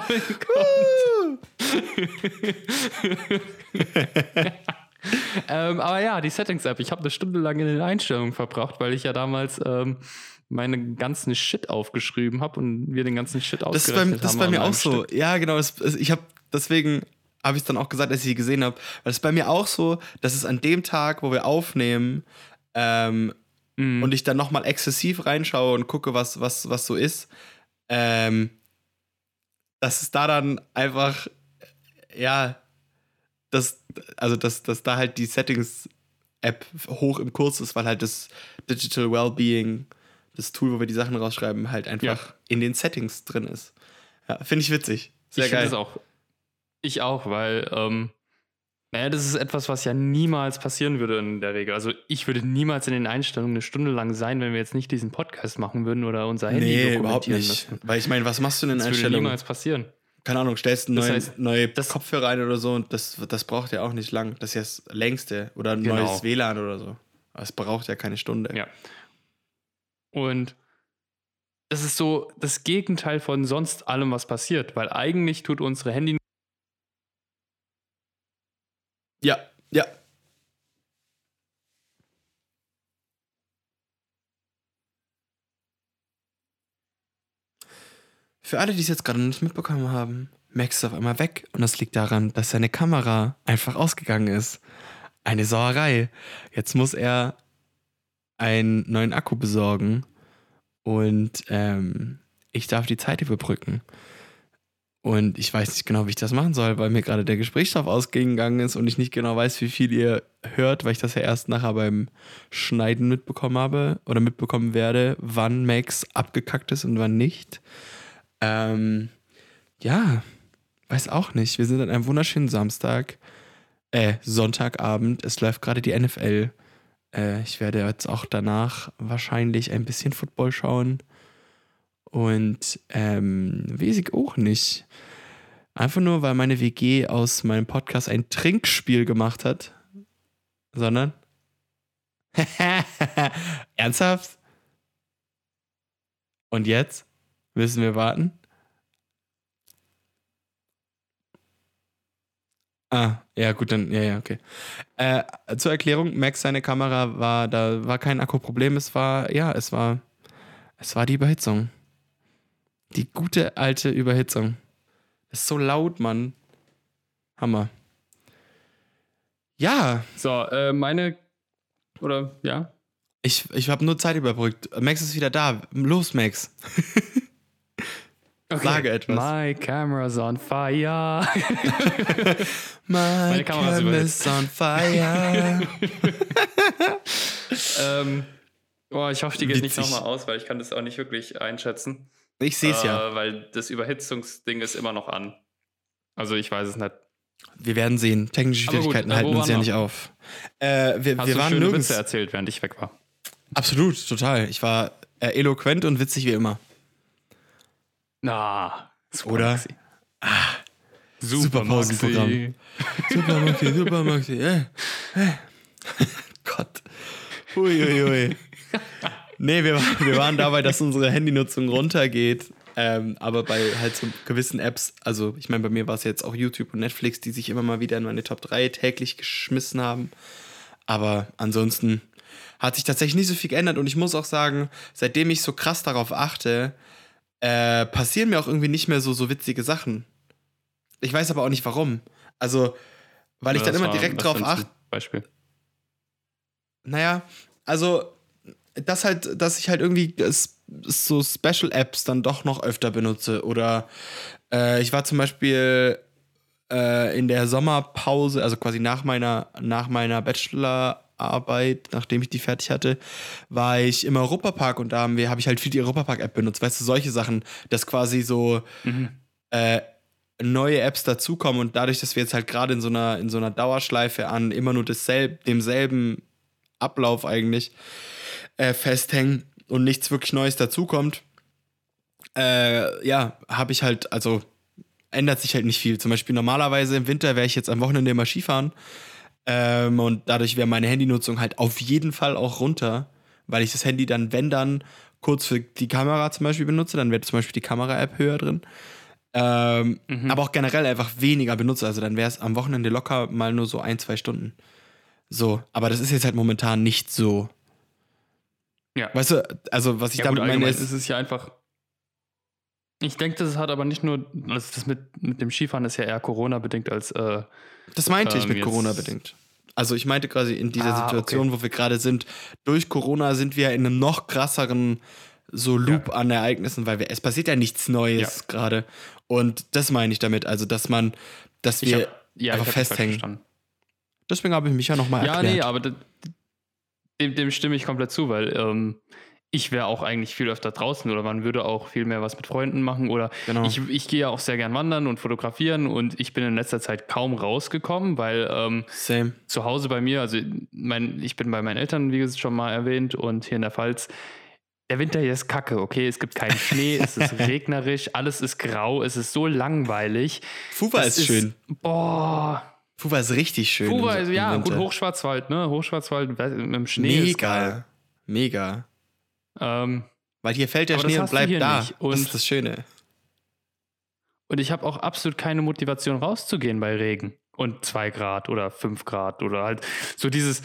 ähm, aber ja, die Settings-App. Ich habe eine Stunde lang in den Einstellungen verbracht, weil ich ja damals ähm, meine ganzen Shit aufgeschrieben habe und wir den ganzen Shit Das ist bei, ausgerechnet das ist haben. bei an mir einem auch so. Stück. Ja, genau. Das, ich habe deswegen habe ich es dann auch gesagt, als ich sie gesehen habe, weil es bei mir auch so, dass es an dem Tag, wo wir aufnehmen, ähm, Mhm. und ich dann nochmal exzessiv reinschaue und gucke, was, was, was so ist, ähm, dass es da dann einfach, ja, dass, also dass, dass da halt die Settings-App hoch im Kurs ist, weil halt das Digital Wellbeing, das Tool, wo wir die Sachen rausschreiben, halt einfach Ja. in den Settings drin ist. Ja, finde ich witzig. Sehr ich finde geil. es auch. Ich auch, weil, ähm, naja, das ist etwas, was ja niemals passieren würde in der Regel. Also ich würde niemals in den Einstellungen eine Stunde lang sein, wenn wir jetzt nicht diesen Podcast machen würden oder unser Handy Nee, dokumentieren überhaupt nicht. müssen. Weil ich meine, was machst du denn in Das würde Einstellungen? niemals passieren. Keine Ahnung, stellst einen Das neuen, heißt, neue das- Kopfhörer rein oder so und das, das braucht ja auch nicht lang. Das ist ja das längste. Oder ein Genau. neues W L A N oder so. Aber es braucht ja keine Stunde. Ja. Und das ist so das Gegenteil von sonst allem, was passiert, weil eigentlich tut unsere Handy Ja, ja. Für alle, die es jetzt gerade noch nicht mitbekommen haben, Max ist auf einmal weg und das liegt daran, dass seine Kamera einfach ausgegangen ist. Eine Sauerei. Jetzt muss er einen neuen Akku besorgen und ähm, ich darf die Zeit überbrücken. Und ich weiß nicht genau, wie ich das machen soll, weil mir gerade der Gesprächsstoff ausgegangen ist und ich nicht genau weiß, wie viel ihr hört, weil ich das ja erst nachher beim Schneiden mitbekommen habe oder mitbekommen werde, wann Max abgekackt ist und wann nicht. Ähm, ja, weiß auch nicht. Wir sind an einem wunderschönen Samstag, äh, Sonntagabend. Es läuft gerade die N F L. Äh, ich werde jetzt auch danach wahrscheinlich ein bisschen Football schauen. Und ähm, weiß ich auch nicht. Einfach nur, weil meine W G aus meinem Podcast ein Trinkspiel gemacht hat. Sondern? Ernsthaft? Und jetzt? Müssen wir warten? Ah, ja gut, dann, ja, ja, okay. Äh, zur Erklärung, Max, seine Kamera war, da war kein Akkuproblem, es war, ja, es war, es war die Überhitzung. Die gute alte Überhitzung. Das ist so laut, Mann. Hammer. Ja, So, äh, meine. Oder, ja? ich, ich habe nur Zeit überbrückt. Max ist wieder da. Los, Max. Okay. Sage etwas. My camera's on fire. My Kamera ist cam is on fire. ähm, oh, ich hoffe, die geht nicht Witzig. nochmal aus, weil ich kann das auch nicht wirklich einschätzen. Ich sehe es äh, ja. Weil das Überhitzungsding ist immer noch an. Also ich weiß es nicht. Wir werden sehen. Technische Aber gut, Schwierigkeiten äh, wo halten uns waren ja wir? nicht auf. Äh, wir Hast wir du waren schöne nirgends. Witze erzählt, während ich weg war? Absolut, total. Ich war äh, eloquent und witzig wie immer. Na, super Oder? Maxi. Super Super Pausenprogramm. Maxi. Super Maxi, super Maxi. Äh, äh. Gott. Uiuiui. Nee, wir, wir waren dabei, dass unsere Handynutzung runtergeht. Ähm, aber bei halt so gewissen Apps, also ich meine, bei mir war es jetzt auch YouTube und Netflix, die sich immer mal wieder in meine Top drei täglich geschmissen haben. Aber ansonsten hat sich tatsächlich nicht so viel geändert. Und ich muss auch sagen, seitdem ich so krass darauf achte, äh, passieren mir auch irgendwie nicht mehr so, so witzige Sachen. Ich weiß aber auch nicht warum. Also, weil ich Ja, dann das immer war- direkt was drauf für ein achte. Beispiel. Naja, also, das halt, dass ich halt irgendwie s- so Special Apps dann doch noch öfter benutze. Oder äh, ich war zum Beispiel äh, in der Sommerpause, also quasi nach meiner, nach meiner Bachelor, Bachelorarbeit, nachdem ich die fertig hatte, war ich im Europapark und da haben wir, habe ich halt viel die Europapark-App benutzt. Weißt du, solche Sachen, dass quasi so Mhm. äh, neue Apps dazukommen und dadurch, dass wir jetzt halt gerade in so einer in so einer Dauerschleife an immer nur dasselb, demselben Ablauf eigentlich äh, festhängen und nichts wirklich Neues dazukommt, äh, ja, habe ich halt, also ändert sich halt nicht viel. Zum Beispiel normalerweise im Winter wäre ich jetzt am Wochenende immer Skifahren ähm, und dadurch wäre meine Handynutzung halt auf jeden Fall auch runter, weil ich das Handy dann, wenn dann, kurz für die Kamera zum Beispiel benutze, dann wäre zum Beispiel die Kamera-App höher drin. Ähm, Mhm. aber auch generell einfach weniger benutze. Also dann wäre es am Wochenende locker mal nur so ein, zwei Stunden. So, aber das ist jetzt halt momentan nicht so. Ja. Weißt du, also was ich Ja, gut, damit meine allgemein ist, ist es ja einfach. Ich denke, das hat aber nicht nur, also das mit, mit dem Skifahren ist ja eher Corona-bedingt als. Äh, das meinte ich ähm, mit jetzt- Corona bedingt. Also ich meinte quasi in dieser Ah, Situation, wo wir gerade sind, durch Corona sind wir in einem noch krasseren so Loop an Ereignissen, weil wir, es passiert ja nichts Neues Ja. gerade. Und das meine ich damit, also dass man, dass ich wir hab, ja, einfach ich hab dich festhängen. verstanden. Deswegen habe ich mich ja nochmal Ja, erklärt. nee, aber das, dem, dem stimme ich komplett zu, weil ähm, ich wäre auch eigentlich viel öfter draußen oder man würde auch viel mehr was mit Freunden machen oder Genau. ich, ich gehe ja auch sehr gern wandern und fotografieren und ich bin in letzter Zeit kaum rausgekommen, weil ähm, Same. zu Hause bei mir, also mein, ich bin bei meinen Eltern, wie gesagt, schon mal erwähnt und hier in der Pfalz, der Winter hier ist kacke, okay, es gibt keinen Schnee, es ist regnerisch, alles ist grau, es ist so langweilig. Fuwa Das ist schön. Boah, Fuwa ist richtig schön. Fuwa, im- also im ja, Winter. gut, Hochschwarzwald, ne? Hochschwarzwald we- mit dem Schnee ist geil. Mega. Mega. Ähm, Weil hier fällt der Aber das Schnee und hast du bleibt hier da. nicht. Das Und- ist das Schöne. und ich habe auch absolut keine Motivation rauszugehen bei Regen und zwei Grad oder fünf Grad oder halt so dieses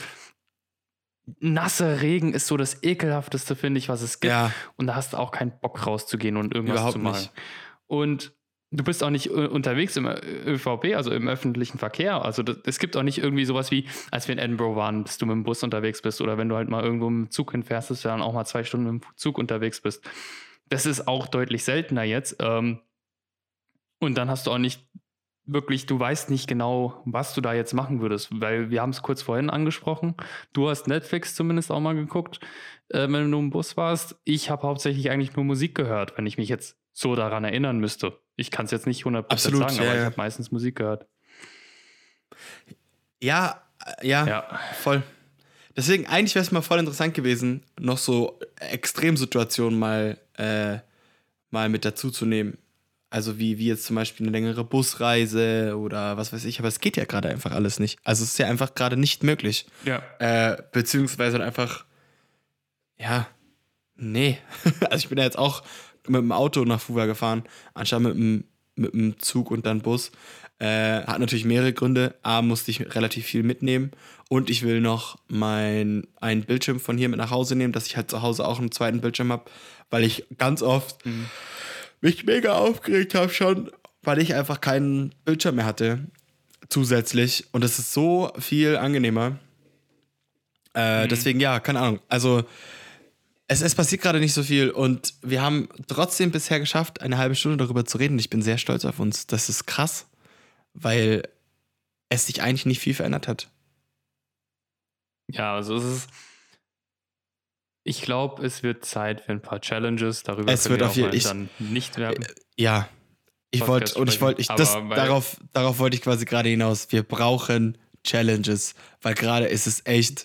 nasse Regen ist so das ekelhafteste, finde ich, was es gibt. Ja, Und da hast du auch keinen Bock rauszugehen und irgendwas Überhaupt zu machen. nicht. Und du bist auch nicht äh, unterwegs im ÖVP, also im öffentlichen Verkehr. Also das, es gibt auch nicht irgendwie sowas wie, als wir in Edinburgh waren, bis du mit dem Bus unterwegs bist oder wenn du halt mal irgendwo mit dem Zug hinfährst, dass du dann auch mal zwei Stunden im Zug unterwegs bist. Das ist auch deutlich seltener jetzt. Ähm, und dann hast du auch nicht wirklich, du weißt nicht genau, was du da jetzt machen würdest, weil wir haben es kurz vorhin angesprochen. Du hast Netflix zumindest auch mal geguckt, äh, wenn du im Bus warst. Ich habe hauptsächlich eigentlich nur Musik gehört, wenn ich mich jetzt so daran erinnern müsste. Ich kann es jetzt nicht hundert Prozent Absolut, sagen, ja, aber ja. ich habe meistens Musik gehört. ja, äh, ja, Ja, voll. Deswegen, eigentlich wäre es mal voll interessant gewesen, noch so Extremsituationen mal, äh, mal mit dazu zu nehmen. Also wie, wie jetzt zum Beispiel eine längere Busreise oder was weiß ich. Aber es geht ja gerade einfach alles nicht. Also es ist ja einfach gerade nicht möglich. ja. Äh, beziehungsweise einfach, ja, nee. Also ich bin ja jetzt auch mit dem Auto nach Fuwa gefahren, anstatt mit dem, mit dem Zug und dann Bus. Äh, hat natürlich mehrere Gründe. A, musste ich relativ viel mitnehmen und ich will noch mein, einen Bildschirm von hier mit nach Hause nehmen, dass ich halt zu Hause auch einen zweiten Bildschirm habe, weil ich ganz oft Mhm. mich mega aufgeregt habe schon, weil ich einfach keinen Bildschirm mehr hatte zusätzlich und das ist so viel angenehmer. Äh, Mhm. Deswegen, ja, keine Ahnung. Also es, es passiert gerade nicht so viel und wir haben trotzdem bisher geschafft, eine halbe Stunde darüber zu reden. Ich bin sehr stolz auf uns. Das ist krass, weil es sich eigentlich nicht viel verändert hat. Ja, also es ist. Ich glaube, es wird Zeit für ein paar Challenges. Darüber Es können wird wir auf auch jeden- mal ich- dann nicht werden. Ja, ich Podcast wollte, und ich sprechen. wollte, ich, das, Aber weil- darauf, darauf wollte ich quasi gerade hinaus. Wir brauchen Challenges, weil gerade ist es echt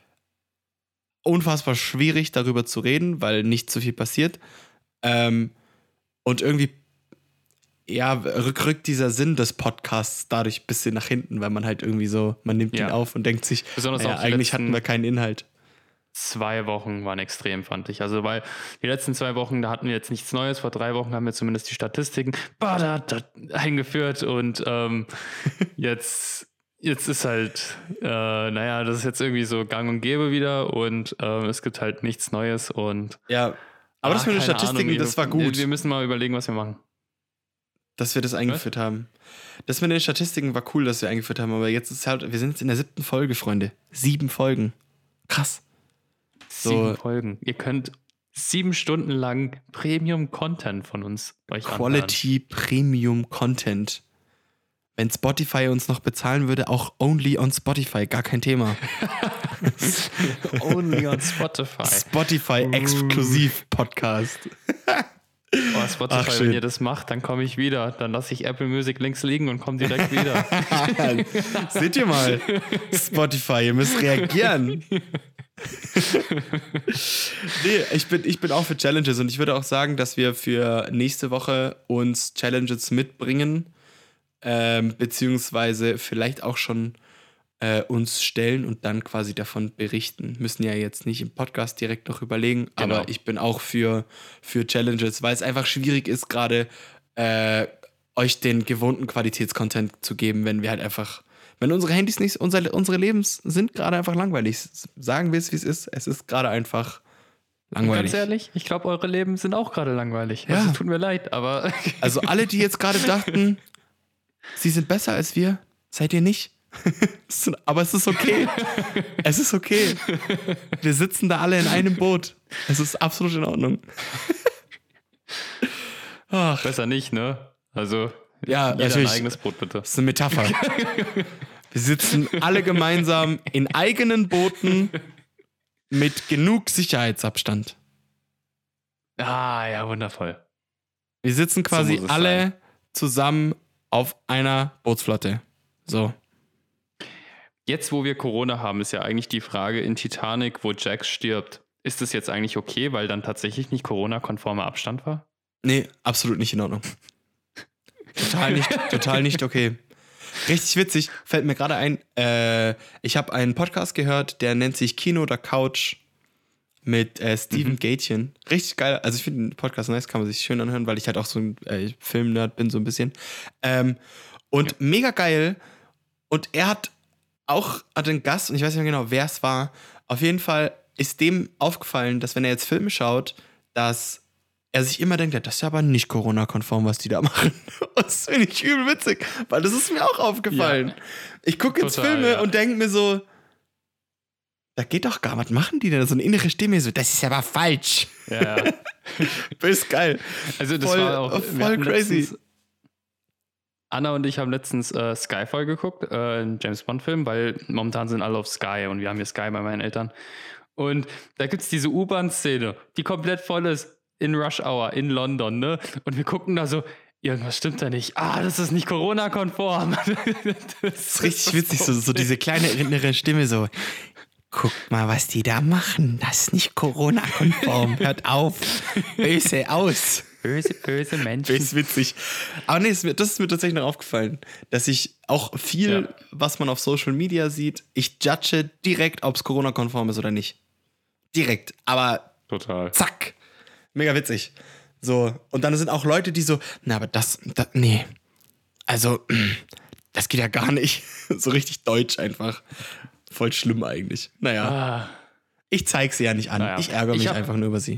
unfassbar schwierig, darüber zu reden, weil nicht so viel passiert. Ähm, und irgendwie, ja, rück, rückt dieser Sinn des Podcasts dadurch ein bisschen nach hinten, weil man halt irgendwie so, man nimmt Ja. ihn auf und denkt sich, Besonders naja, auch die eigentlich letzten- hatten wir keinen Inhalt. Zwei Wochen waren extrem, fand ich. Also, weil die letzten zwei Wochen, da hatten wir jetzt nichts Neues. Vor drei Wochen haben wir zumindest die Statistiken badada, eingeführt und ähm, jetzt, jetzt ist halt, äh, naja, das ist jetzt irgendwie so gang und gäbe wieder und ähm, es gibt halt nichts Neues und. Ja, aber das Ah, mit den keine Statistiken, Ahnung, das wir- war gut, Wir müssen mal überlegen, was wir machen. dass wir das eingeführt haben. Das mit den Statistiken war cool, dass wir eingeführt haben, aber jetzt ist halt, wir sind jetzt in der siebten Folge, Freunde. Sieben Folgen. Krass. So. Sieben Folgen. Ihr könnt sieben Stunden lang Premium-Content von uns euch anhören. Quality Premium Content. wenn Spotify uns noch bezahlen würde, auch only on Spotify, gar kein Thema. Only on Spotify. Spotify exklusiv Podcast. Oh, Spotify, Ach, wenn ihr das macht, dann komme ich wieder. Dann lasse ich Apple Music links liegen und komme direkt wieder. Seht ihr mal, Spotify, ihr müsst reagieren. Nee, ich bin, ich bin auch für Challenges und ich würde auch sagen, dass wir für nächste Woche uns Challenges mitbringen, ähm, beziehungsweise vielleicht auch schon äh, uns stellen und dann quasi davon berichten. Müssen ja jetzt nicht im Podcast direkt noch überlegen, Genau. aber ich bin auch für, für Challenges, weil es einfach schwierig ist, gerade äh, euch den gewohnten Qualitätscontent zu geben, wenn wir halt einfach, wenn unsere Handys nicht, unser, unsere Lebens sind gerade einfach langweilig. Sagen wir es, wie es ist. Es ist gerade einfach langweilig. Ganz ehrlich, ich glaube, eure Leben sind auch gerade langweilig. Ja. Also, es tut mir leid, aber... Also alle, die jetzt gerade dachten, sie sind besser als wir, seid ihr nicht. Aber es ist okay. Es ist okay. Wir sitzen da alle in einem Boot. Es ist absolut in Ordnung. Ach, Besser nicht, ne? Also, ja, jeder natürlich. ein eigenes Brot, bitte. Das ist eine Metapher. Wir sitzen alle gemeinsam in eigenen Booten mit genug Sicherheitsabstand. Ah, ja, wundervoll. Wir sitzen quasi muss es alle sein. zusammen auf einer Bootsflotte. So. Jetzt, wo wir Corona haben, ist ja eigentlich die Frage in Titanic, wo Jack stirbt. Ist das jetzt eigentlich okay, weil dann tatsächlich nicht Corona-konformer Abstand war? Nee, absolut nicht in Ordnung. Total nicht, total nicht okay. Richtig witzig, fällt mir gerade ein, äh, ich habe einen Podcast gehört, der nennt sich Kino oder Couch mit äh, Steven Mhm. Gätchen. Richtig geil, also ich finde den Podcast nice, kann man sich schön anhören, weil ich halt auch so ein äh, Film-Nerd bin, so ein bisschen. Ähm, und Ja. mega geil. Und er hat auch hat einen Gast, und ich weiß nicht mehr genau, wer es war. Auf jeden Fall ist dem aufgefallen, dass wenn er jetzt Filme schaut, dass er sich immer denkt, ja, das ist ja aber nicht Corona-konform, was die da machen. Und das finde ich übel witzig, weil das ist mir auch aufgefallen. Ja. Ich gucke jetzt Total, Filme ja. und denke mir so, da geht doch gar, was machen die denn? So eine innere Stimme, so, das ist ja aber falsch. Ja, ja. Das ist geil. Also das Voll- war auch wir voll hatten crazy. letztens- Anna und ich haben letztens äh, Skyfall geguckt, äh, einen James Bond-Film, weil momentan sind alle auf Sky und wir haben hier Sky bei meinen Eltern. Und da gibt es diese U-Bahn-Szene, die komplett voll ist in Rush Hour in London, ne? Und wir gucken da so, irgendwas stimmt da nicht. Ah, das ist nicht Corona-konform. Das ist richtig witzig, so, so diese kleine innere Stimme so, guckt mal, was die da machen. Das ist nicht Corona-konform. Hört auf. Böse aus. Böse, böse Menschen. Das ist witzig. Aber nee, das ist, mir, das ist mir tatsächlich noch aufgefallen, dass ich auch viel, Ja. was man auf Social Media sieht, ich judge direkt, ob es Corona-konform ist oder nicht. Direkt. Aber Total. zack. Mega witzig. So. Und dann sind auch Leute, die so, na, aber das, das nee. Also, das geht ja gar nicht. So richtig deutsch einfach. Voll schlimm eigentlich. Naja, Ah. ich zeig sie ja nicht an. Naja. Ich ärgere Ich mich hab- einfach nur über sie.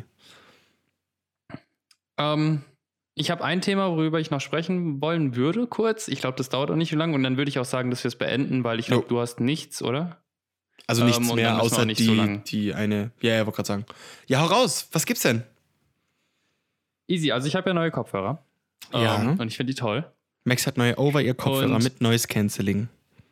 Ähm, ich habe ein Thema, worüber ich noch sprechen wollen würde, kurz. Ich glaube, das dauert auch nicht so lange. Und dann würde ich auch sagen, dass wir es beenden, weil ich glaube, Jo. du hast nichts, oder? Also Ähm, nichts und dann mehr, müssen wir auch außer nicht die, so lang- die eine. Ja, ja, wollte gerade sagen. Ja, hau raus. Was gibt's denn? Easy. Also ich habe ja neue Kopfhörer. Ja. Ähm, und ich finde die toll. Max hat neue Over-Ear-Kopfhörer Und- mit Noise Cancelling.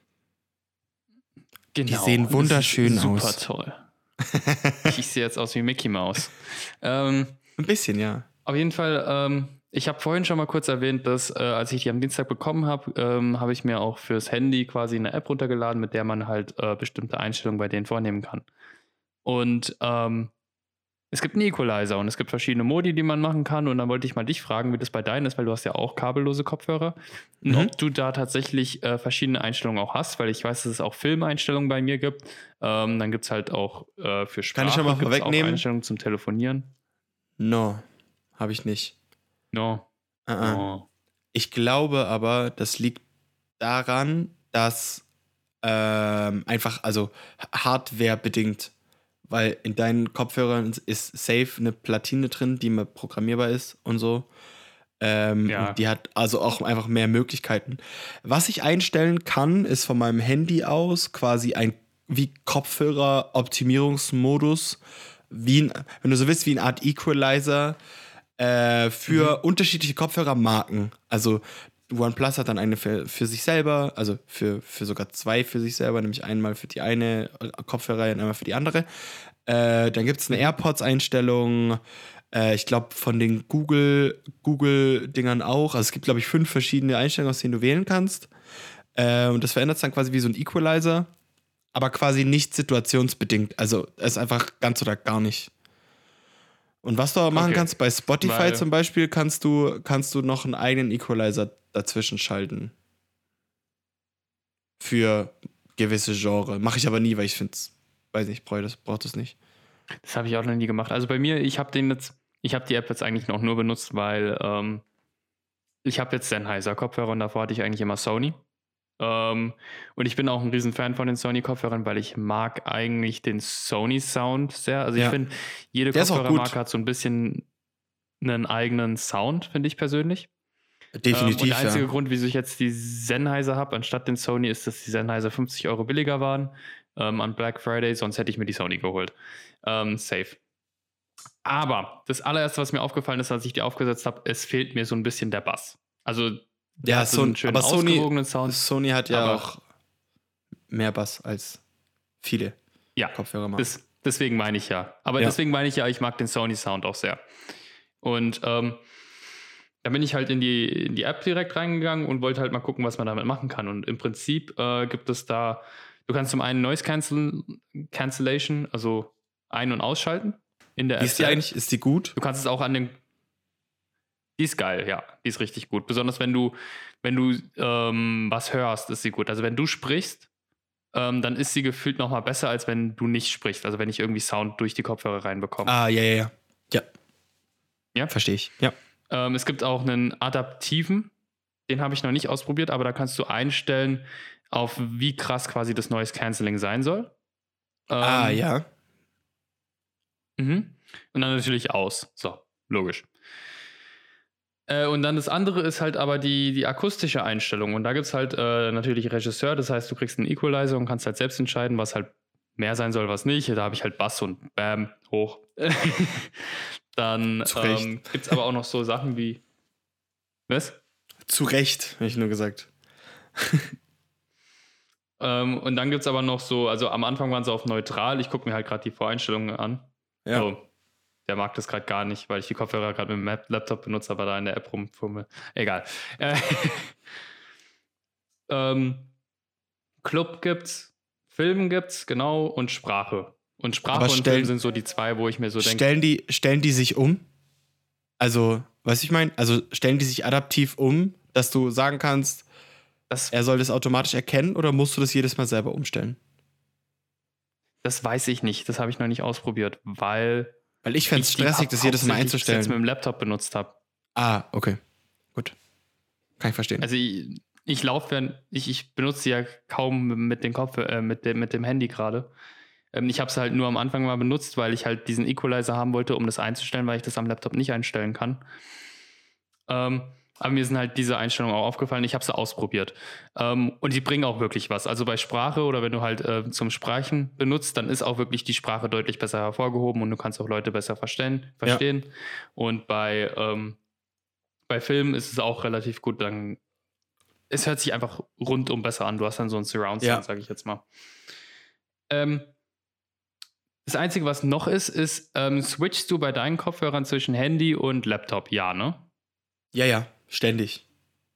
Genau. sehen Und das wunderschön ist super aus. toll. Ich sehe jetzt aus wie Mickey Mouse. Ähm, Ein bisschen, ja. Auf jeden Fall, ähm, ich habe vorhin schon mal kurz erwähnt, dass äh, als ich die am Dienstag bekommen habe, ähm, habe ich mir auch fürs Handy quasi eine App runtergeladen, mit der man halt äh, bestimmte Einstellungen bei denen vornehmen kann. Und ähm, es gibt einen Equalizer und es gibt verschiedene Modi, die man machen kann. Und dann wollte ich mal dich fragen, wie das bei deinen ist, weil du hast ja auch kabellose Kopfhörer. Und Mhm. ob du da tatsächlich äh, verschiedene Einstellungen auch hast, weil ich weiß, dass es auch Filmeinstellungen bei mir gibt. Ähm, dann gibt es halt auch äh, für Sprache Kann ich schon mal gibt's auch vorwegnehmen? Einstellungen zum Telefonieren. No, habe ich nicht. No. Uh -uh. Oh. Ich glaube aber, das liegt daran, dass ähm, einfach, also hardwarebedingt, weil in deinen Kopfhörern ist safe eine Platine drin, die mal programmierbar ist und so. Ähm, Ja. und die hat also auch einfach mehr Möglichkeiten. Was ich einstellen kann, ist von meinem Handy aus quasi ein wie Kopfhörer-Optimierungsmodus, wie ein, wenn du so willst, wie eine Art Equalizer äh, für Mhm. unterschiedliche Kopfhörermarken. Also OnePlus hat dann eine für, für sich selber, also für, für sogar zwei für sich selber, nämlich einmal für die eine Kopfhörerreihe und einmal für die andere. Äh, dann gibt es eine AirPods-Einstellung, äh, ich glaube von den Google, Google-Dingern auch. Also es gibt, glaube ich, fünf verschiedene Einstellungen, aus denen du wählen kannst. Äh, und das verändert es dann quasi wie so ein Equalizer, aber quasi nicht situationsbedingt. Also es ist einfach ganz oder gar nicht. Und was du aber machen Okay. kannst, bei Spotify Weil- zum Beispiel, kannst du, kannst du noch einen eigenen Equalizer dazwischen schalten. Für gewisse Genre. Mache ich aber nie, weil ich finde es, weiß nicht, brauche das, braucht das nicht. Das habe ich auch noch nie gemacht. Also bei mir, ich habe den jetzt, ich habe die App jetzt eigentlich noch nur benutzt, weil ähm, ich habe jetzt Sennheiser Kopfhörer und davor hatte ich eigentlich immer Sony. Ähm, und ich bin auch ein riesen Fan von den Sony-Kopfhörern, weil ich mag eigentlich den Sony-Sound sehr. Also ich Ja. finde, jede Der ist auch gut. Kopfhörermarke hat so ein bisschen einen eigenen Sound, finde ich persönlich. Definitiv, ähm, und der einzige ja. Grund, wieso ich jetzt die Sennheiser habe, anstatt den Sony, ist, dass die Sennheiser fünfzig Euro billiger waren ähm, an Black Friday, sonst hätte ich mir die Sony geholt. Ähm, safe. Aber das allererste, was mir aufgefallen ist, als ich die aufgesetzt habe, es fehlt mir so ein bisschen der Bass. Also der Ja, hat so einen Son- schönen aber Sony, ausgewogenen Sound. Sony hat ja aber- auch mehr Bass als viele Ja, Kopfhörer machen. das, deswegen meine ich ja. Aber Ja. deswegen meine ich ja, ich mag den Sony-Sound auch sehr. Und ähm, da bin ich halt in die, in die App direkt reingegangen und wollte halt mal gucken, was man damit machen kann. Und im Prinzip äh, gibt es da, du kannst zum einen Noise Cancel, Cancellation, also ein- und ausschalten in der Wie App. ist die selbst. eigentlich? Ist die gut? Du kannst es auch an den. Die ist geil, ja. Die ist richtig gut. Besonders wenn du, wenn du ähm, was hörst, ist sie gut. Also wenn du sprichst, ähm, dann ist sie gefühlt noch mal besser, als wenn du nicht sprichst. Also wenn ich irgendwie Sound durch die Kopfhörer reinbekomme. Ah, ja, ja, ja. Ja. Ja? Verstehe ich. Ja. Ähm, es gibt auch einen adaptiven, den habe ich noch nicht ausprobiert, aber da kannst du einstellen, auf wie krass quasi das Noise Cancelling sein soll. Ähm, ah, ja. Mhm. Und dann natürlich aus. So, logisch. Äh, und dann das andere ist halt aber die, die akustische Einstellung. Und da gibt es halt äh, natürlich Regisseur, das heißt, du kriegst einen Equalizer und kannst halt selbst entscheiden, was halt mehr sein soll, was nicht. Da habe ich halt Bass und Bam, hoch. Dann Zu Recht. ähm, gibt es aber auch noch so Sachen wie. Was? Zu Recht, habe ich nur gesagt. Ähm, und dann gibt es aber noch so, also am Anfang waren sie auf neutral. Ich gucke mir halt gerade die Voreinstellungen an. Ja. Oh, der mag das gerade gar nicht, weil ich die Kopfhörer gerade mit dem Map- Laptop benutze, aber da in der App rumfummel. Egal. Äh, ähm, Club gibt's, Film gibt's, genau, und Sprache. Und Sprache Aber und stellen- Film sind so die zwei, wo ich mir so denke, Stellen die, stellen die sich um? Also, was ich meine? Also, stellen die sich adaptiv um, dass du sagen kannst, das, er soll das automatisch erkennen oder musst du das jedes Mal selber umstellen? das weiß ich nicht. Das habe ich noch nicht ausprobiert, weil Weil ich fände es ich die stressig, App das jedes Mal hauptsächlich bis jetzt einzustellen. mit dem Laptop benutzt habe. Ah, okay. Gut. Kann ich verstehen. Also ich, ich laufe, ich, ich benutze sie ja kaum mit, den Kopf, äh, mit, dem, mit dem Handy gerade. Ähm, ich habe es halt nur am Anfang mal benutzt, weil ich halt diesen Equalizer haben wollte, um das einzustellen, weil ich das am Laptop nicht einstellen kann. Ähm, aber mir sind halt diese Einstellungen auch aufgefallen. Ich habe sie ausprobiert. Ähm, und die bringen auch wirklich was. Also bei Sprache oder wenn du halt äh, zum Sprechen benutzt, dann ist auch wirklich die Sprache deutlich besser hervorgehoben und du kannst auch Leute besser verstehen. verstehen. Und bei, ähm, bei Filmen ist es auch relativ gut. Dann, es hört sich einfach rundum besser an. Du hast dann so einen Surround-Sound, Ja. sage ich jetzt mal. Ähm, das Einzige, was noch ist, ist, ähm, switchst du bei deinen Kopfhörern zwischen Handy und Laptop? Ja, ne? Ja, ja, ständig.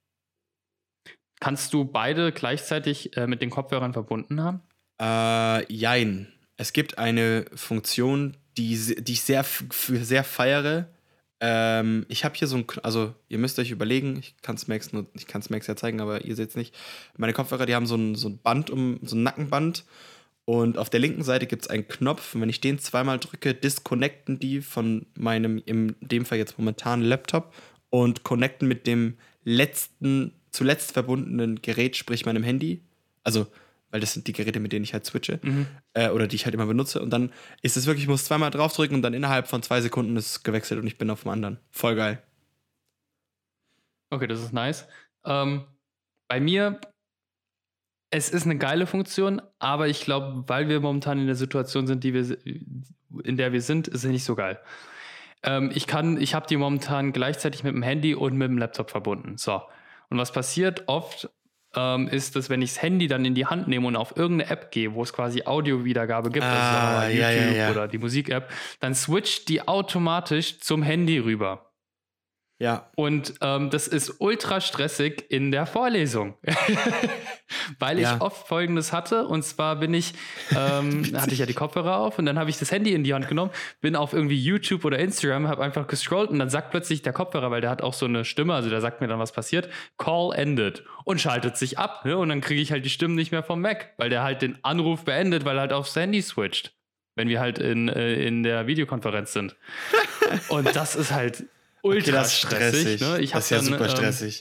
Kannst du beide gleichzeitig äh, mit den Kopfhörern verbunden haben? Äh, jein. Es gibt eine Funktion, die, se- die ich sehr, f- für sehr feiere. Ähm, ich habe hier so ein, Kn- also ihr müsst euch überlegen, ich kann es Max nur, ich kann es Max ja zeigen, aber ihr seht es nicht. Meine Kopfhörer, die haben so ein, so ein Band um, so ein Nackenband. Und auf der linken Seite gibt es einen Knopf. Und wenn ich den zweimal drücke, disconnecten die von meinem, in dem Fall jetzt momentan Laptop und connecten mit dem letzten, zuletzt verbundenen Gerät, sprich meinem Handy. Also, weil das sind die Geräte, mit denen ich halt switche. Äh, oder die ich halt immer benutze. Und dann ist es wirklich, ich muss zweimal draufdrücken und dann innerhalb von zwei Sekunden ist es gewechselt und ich bin auf dem anderen. Voll geil. Okay, das ist nice. Ähm, bei mir, es ist eine geile Funktion, aber ich glaube, weil wir momentan in der Situation sind, die wir, in der wir sind, ist sie nicht so geil. Ähm, ich kann, ich habe die momentan gleichzeitig mit dem Handy und mit dem Laptop verbunden. So. Und was passiert oft, ähm, ist, dass wenn ich das Handy dann in die Hand nehme und auf irgendeine App gehe, wo es quasi Audiowiedergabe gibt, Ah, also sagen wir mal ja, YouTube ja, ja. oder die Musik-App, dann switcht die automatisch zum Handy rüber. Ja. Und ähm, das ist ultra stressig in der Vorlesung, weil ich Ja. oft Folgendes hatte. Und zwar bin ich, ähm, hatte ich ja die Kopfhörer auf und dann habe ich das Handy in die Hand genommen, bin auf irgendwie YouTube oder Instagram, habe einfach gescrollt und dann sagt plötzlich der Kopfhörer, weil der hat auch so eine Stimme, also der sagt mir dann, was passiert, Call ended und schaltet sich ab. Ne? Und dann kriege ich halt die Stimmen nicht mehr vom Mac, weil der halt den Anruf beendet, weil er halt aufs Handy switcht, wenn wir halt in, äh, in der Videokonferenz sind. Und das ist halt ultra Okay, das ist stressig. stressig. Ne? Ich das ist ja hab dann, super ähm, stressig.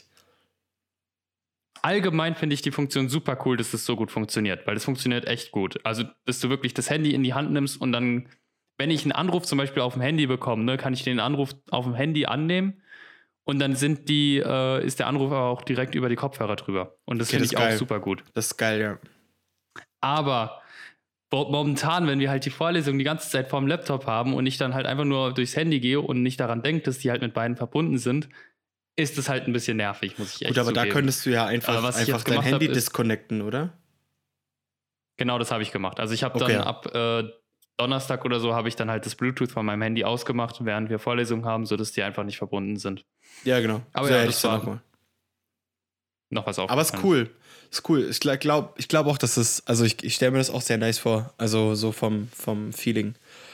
Allgemein finde ich die Funktion super cool, dass das so gut funktioniert, weil das funktioniert echt gut. Also, dass du wirklich das Handy in die Hand nimmst und dann, wenn ich einen Anruf zum Beispiel auf dem Handy bekomme, ne, kann ich den Anruf auf dem Handy annehmen und dann sind die, äh, ist der Anruf aber auch direkt über die Kopfhörer drüber. Und das Okay, finde das ich ist auch geil. super gut. Das ist geil, ja. Aber mo- momentan, wenn wir halt die Vorlesung die ganze Zeit vorm Laptop haben und ich dann halt einfach nur durchs Handy gehe und nicht daran denke, dass die halt mit beiden verbunden sind, ist es halt ein bisschen nervig, muss ich echt Gut, aber da zugeben. könntest du ja einfach, Aber was ich einfach jetzt dein gemacht Handy hab, ist- disconnecten, oder? Genau, das habe ich gemacht. Also ich habe Okay. dann ab äh, Donnerstag oder so habe ich dann halt das Bluetooth von meinem Handy ausgemacht, während wir Vorlesungen haben, sodass die einfach nicht verbunden sind. Ja, genau. Aber So ja, hätte das ich's dann war- auch mal. Noch was Aber es ist cool. Ist cool. Ich glaube ich glaub auch, dass es, also ich, ich stelle mir das auch sehr nice vor. Also so vom, vom Feeling.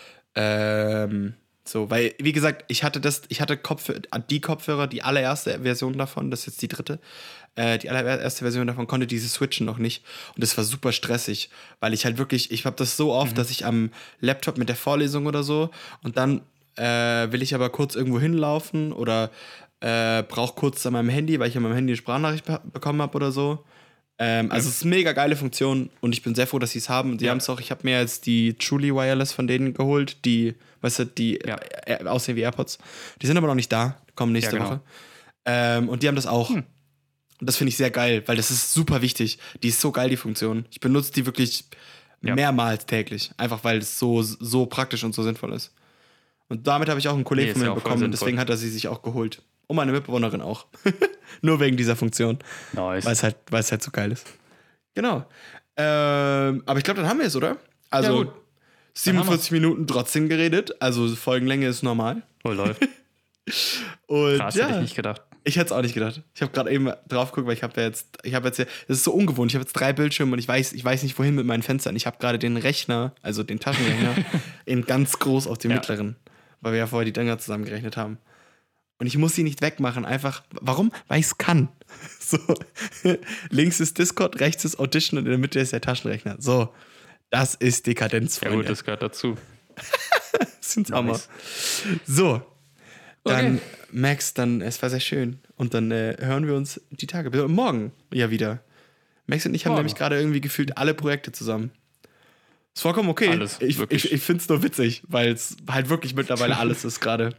Ähm, so, weil, wie gesagt, ich hatte das, ich hatte Kopf, die Kopfhörer, die allererste Version davon, das ist jetzt die dritte, äh, die allererste Version davon konnte diese Switchen noch nicht. Und das war super stressig, weil ich halt wirklich, ich habe das so oft, Mhm. dass ich am Laptop mit der Vorlesung oder so und dann äh, will ich aber kurz irgendwo hinlaufen oder äh, brauche kurz an meinem Handy, weil ich an meinem Handy eine Sprachnachricht be- bekommen habe oder so. Ähm, also es ist eine mega geile Funktion und ich bin sehr froh, dass sie es haben. Und sie Ja. haben es auch, ich habe mir jetzt die Truly Wireless von denen geholt, die, weißt du, die Ja. äh, aussehen wie AirPods. Die sind aber noch nicht da, kommen nächste Ja, genau. Woche. Ähm, und die haben das auch. Hm. Und das finde ich sehr geil, weil das ist super wichtig. Die ist so geil, die Funktion. Ich benutze die wirklich Ja. mehrmals täglich. Einfach weil es so, so praktisch und so sinnvoll ist. Und damit habe ich auch einen Kollegen Nee, von ist mir ja auch voll bekommen und sinnvoll. deswegen hat er sie sich auch geholt. Und meine Mitbewohnerin auch. Nur wegen dieser Funktion. Nice. Weil es halt, weil es halt so geil ist. Genau. Ähm, aber ich glaube, dann haben wir es, oder? Also Ja, gut. siebenundvierzig Minuten trotzdem geredet. Also Folgenlänge ist normal. Voll läuft. Und Krass, ja, hätte ich nicht gedacht. ich hätte es auch nicht gedacht. Ich habe gerade eben drauf geguckt, weil ich habe ja jetzt, ich habe jetzt, ja- das ist so ungewohnt. Ich habe jetzt drei Bildschirme und ich weiß, ich weiß nicht wohin mit meinen Fenstern. Ich habe gerade den Rechner, also den Taschenrechner, in ganz groß auf dem Ja. mittleren, weil wir ja vorher die Dinger zusammengerechnet haben. Und ich muss sie nicht wegmachen, einfach. Warum? Weil ich es kann. So. Links ist Discord, rechts ist Audition und in der Mitte ist der Taschenrechner. So. Das ist Dekadenz, Ja Freunde. gut, das gehört dazu. Das sind Nice. Hammer. So. Dann, Okay. Max, dann, es war sehr schön. Und dann äh, hören wir uns die Tage. Morgen ja wieder. Max und ich haben Morgen. nämlich gerade irgendwie gefühlt alle Projekte zusammen. Ist vollkommen okay. Alles, ich wirklich. ich, ich finde es nur witzig, weil es halt wirklich mittlerweile alles ist gerade.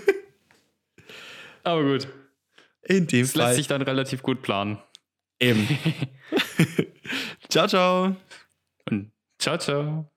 Aber gut. In dem Das lässt Fall sich dann relativ gut planen. eben. Ciao, ciao. Und ciao, ciao.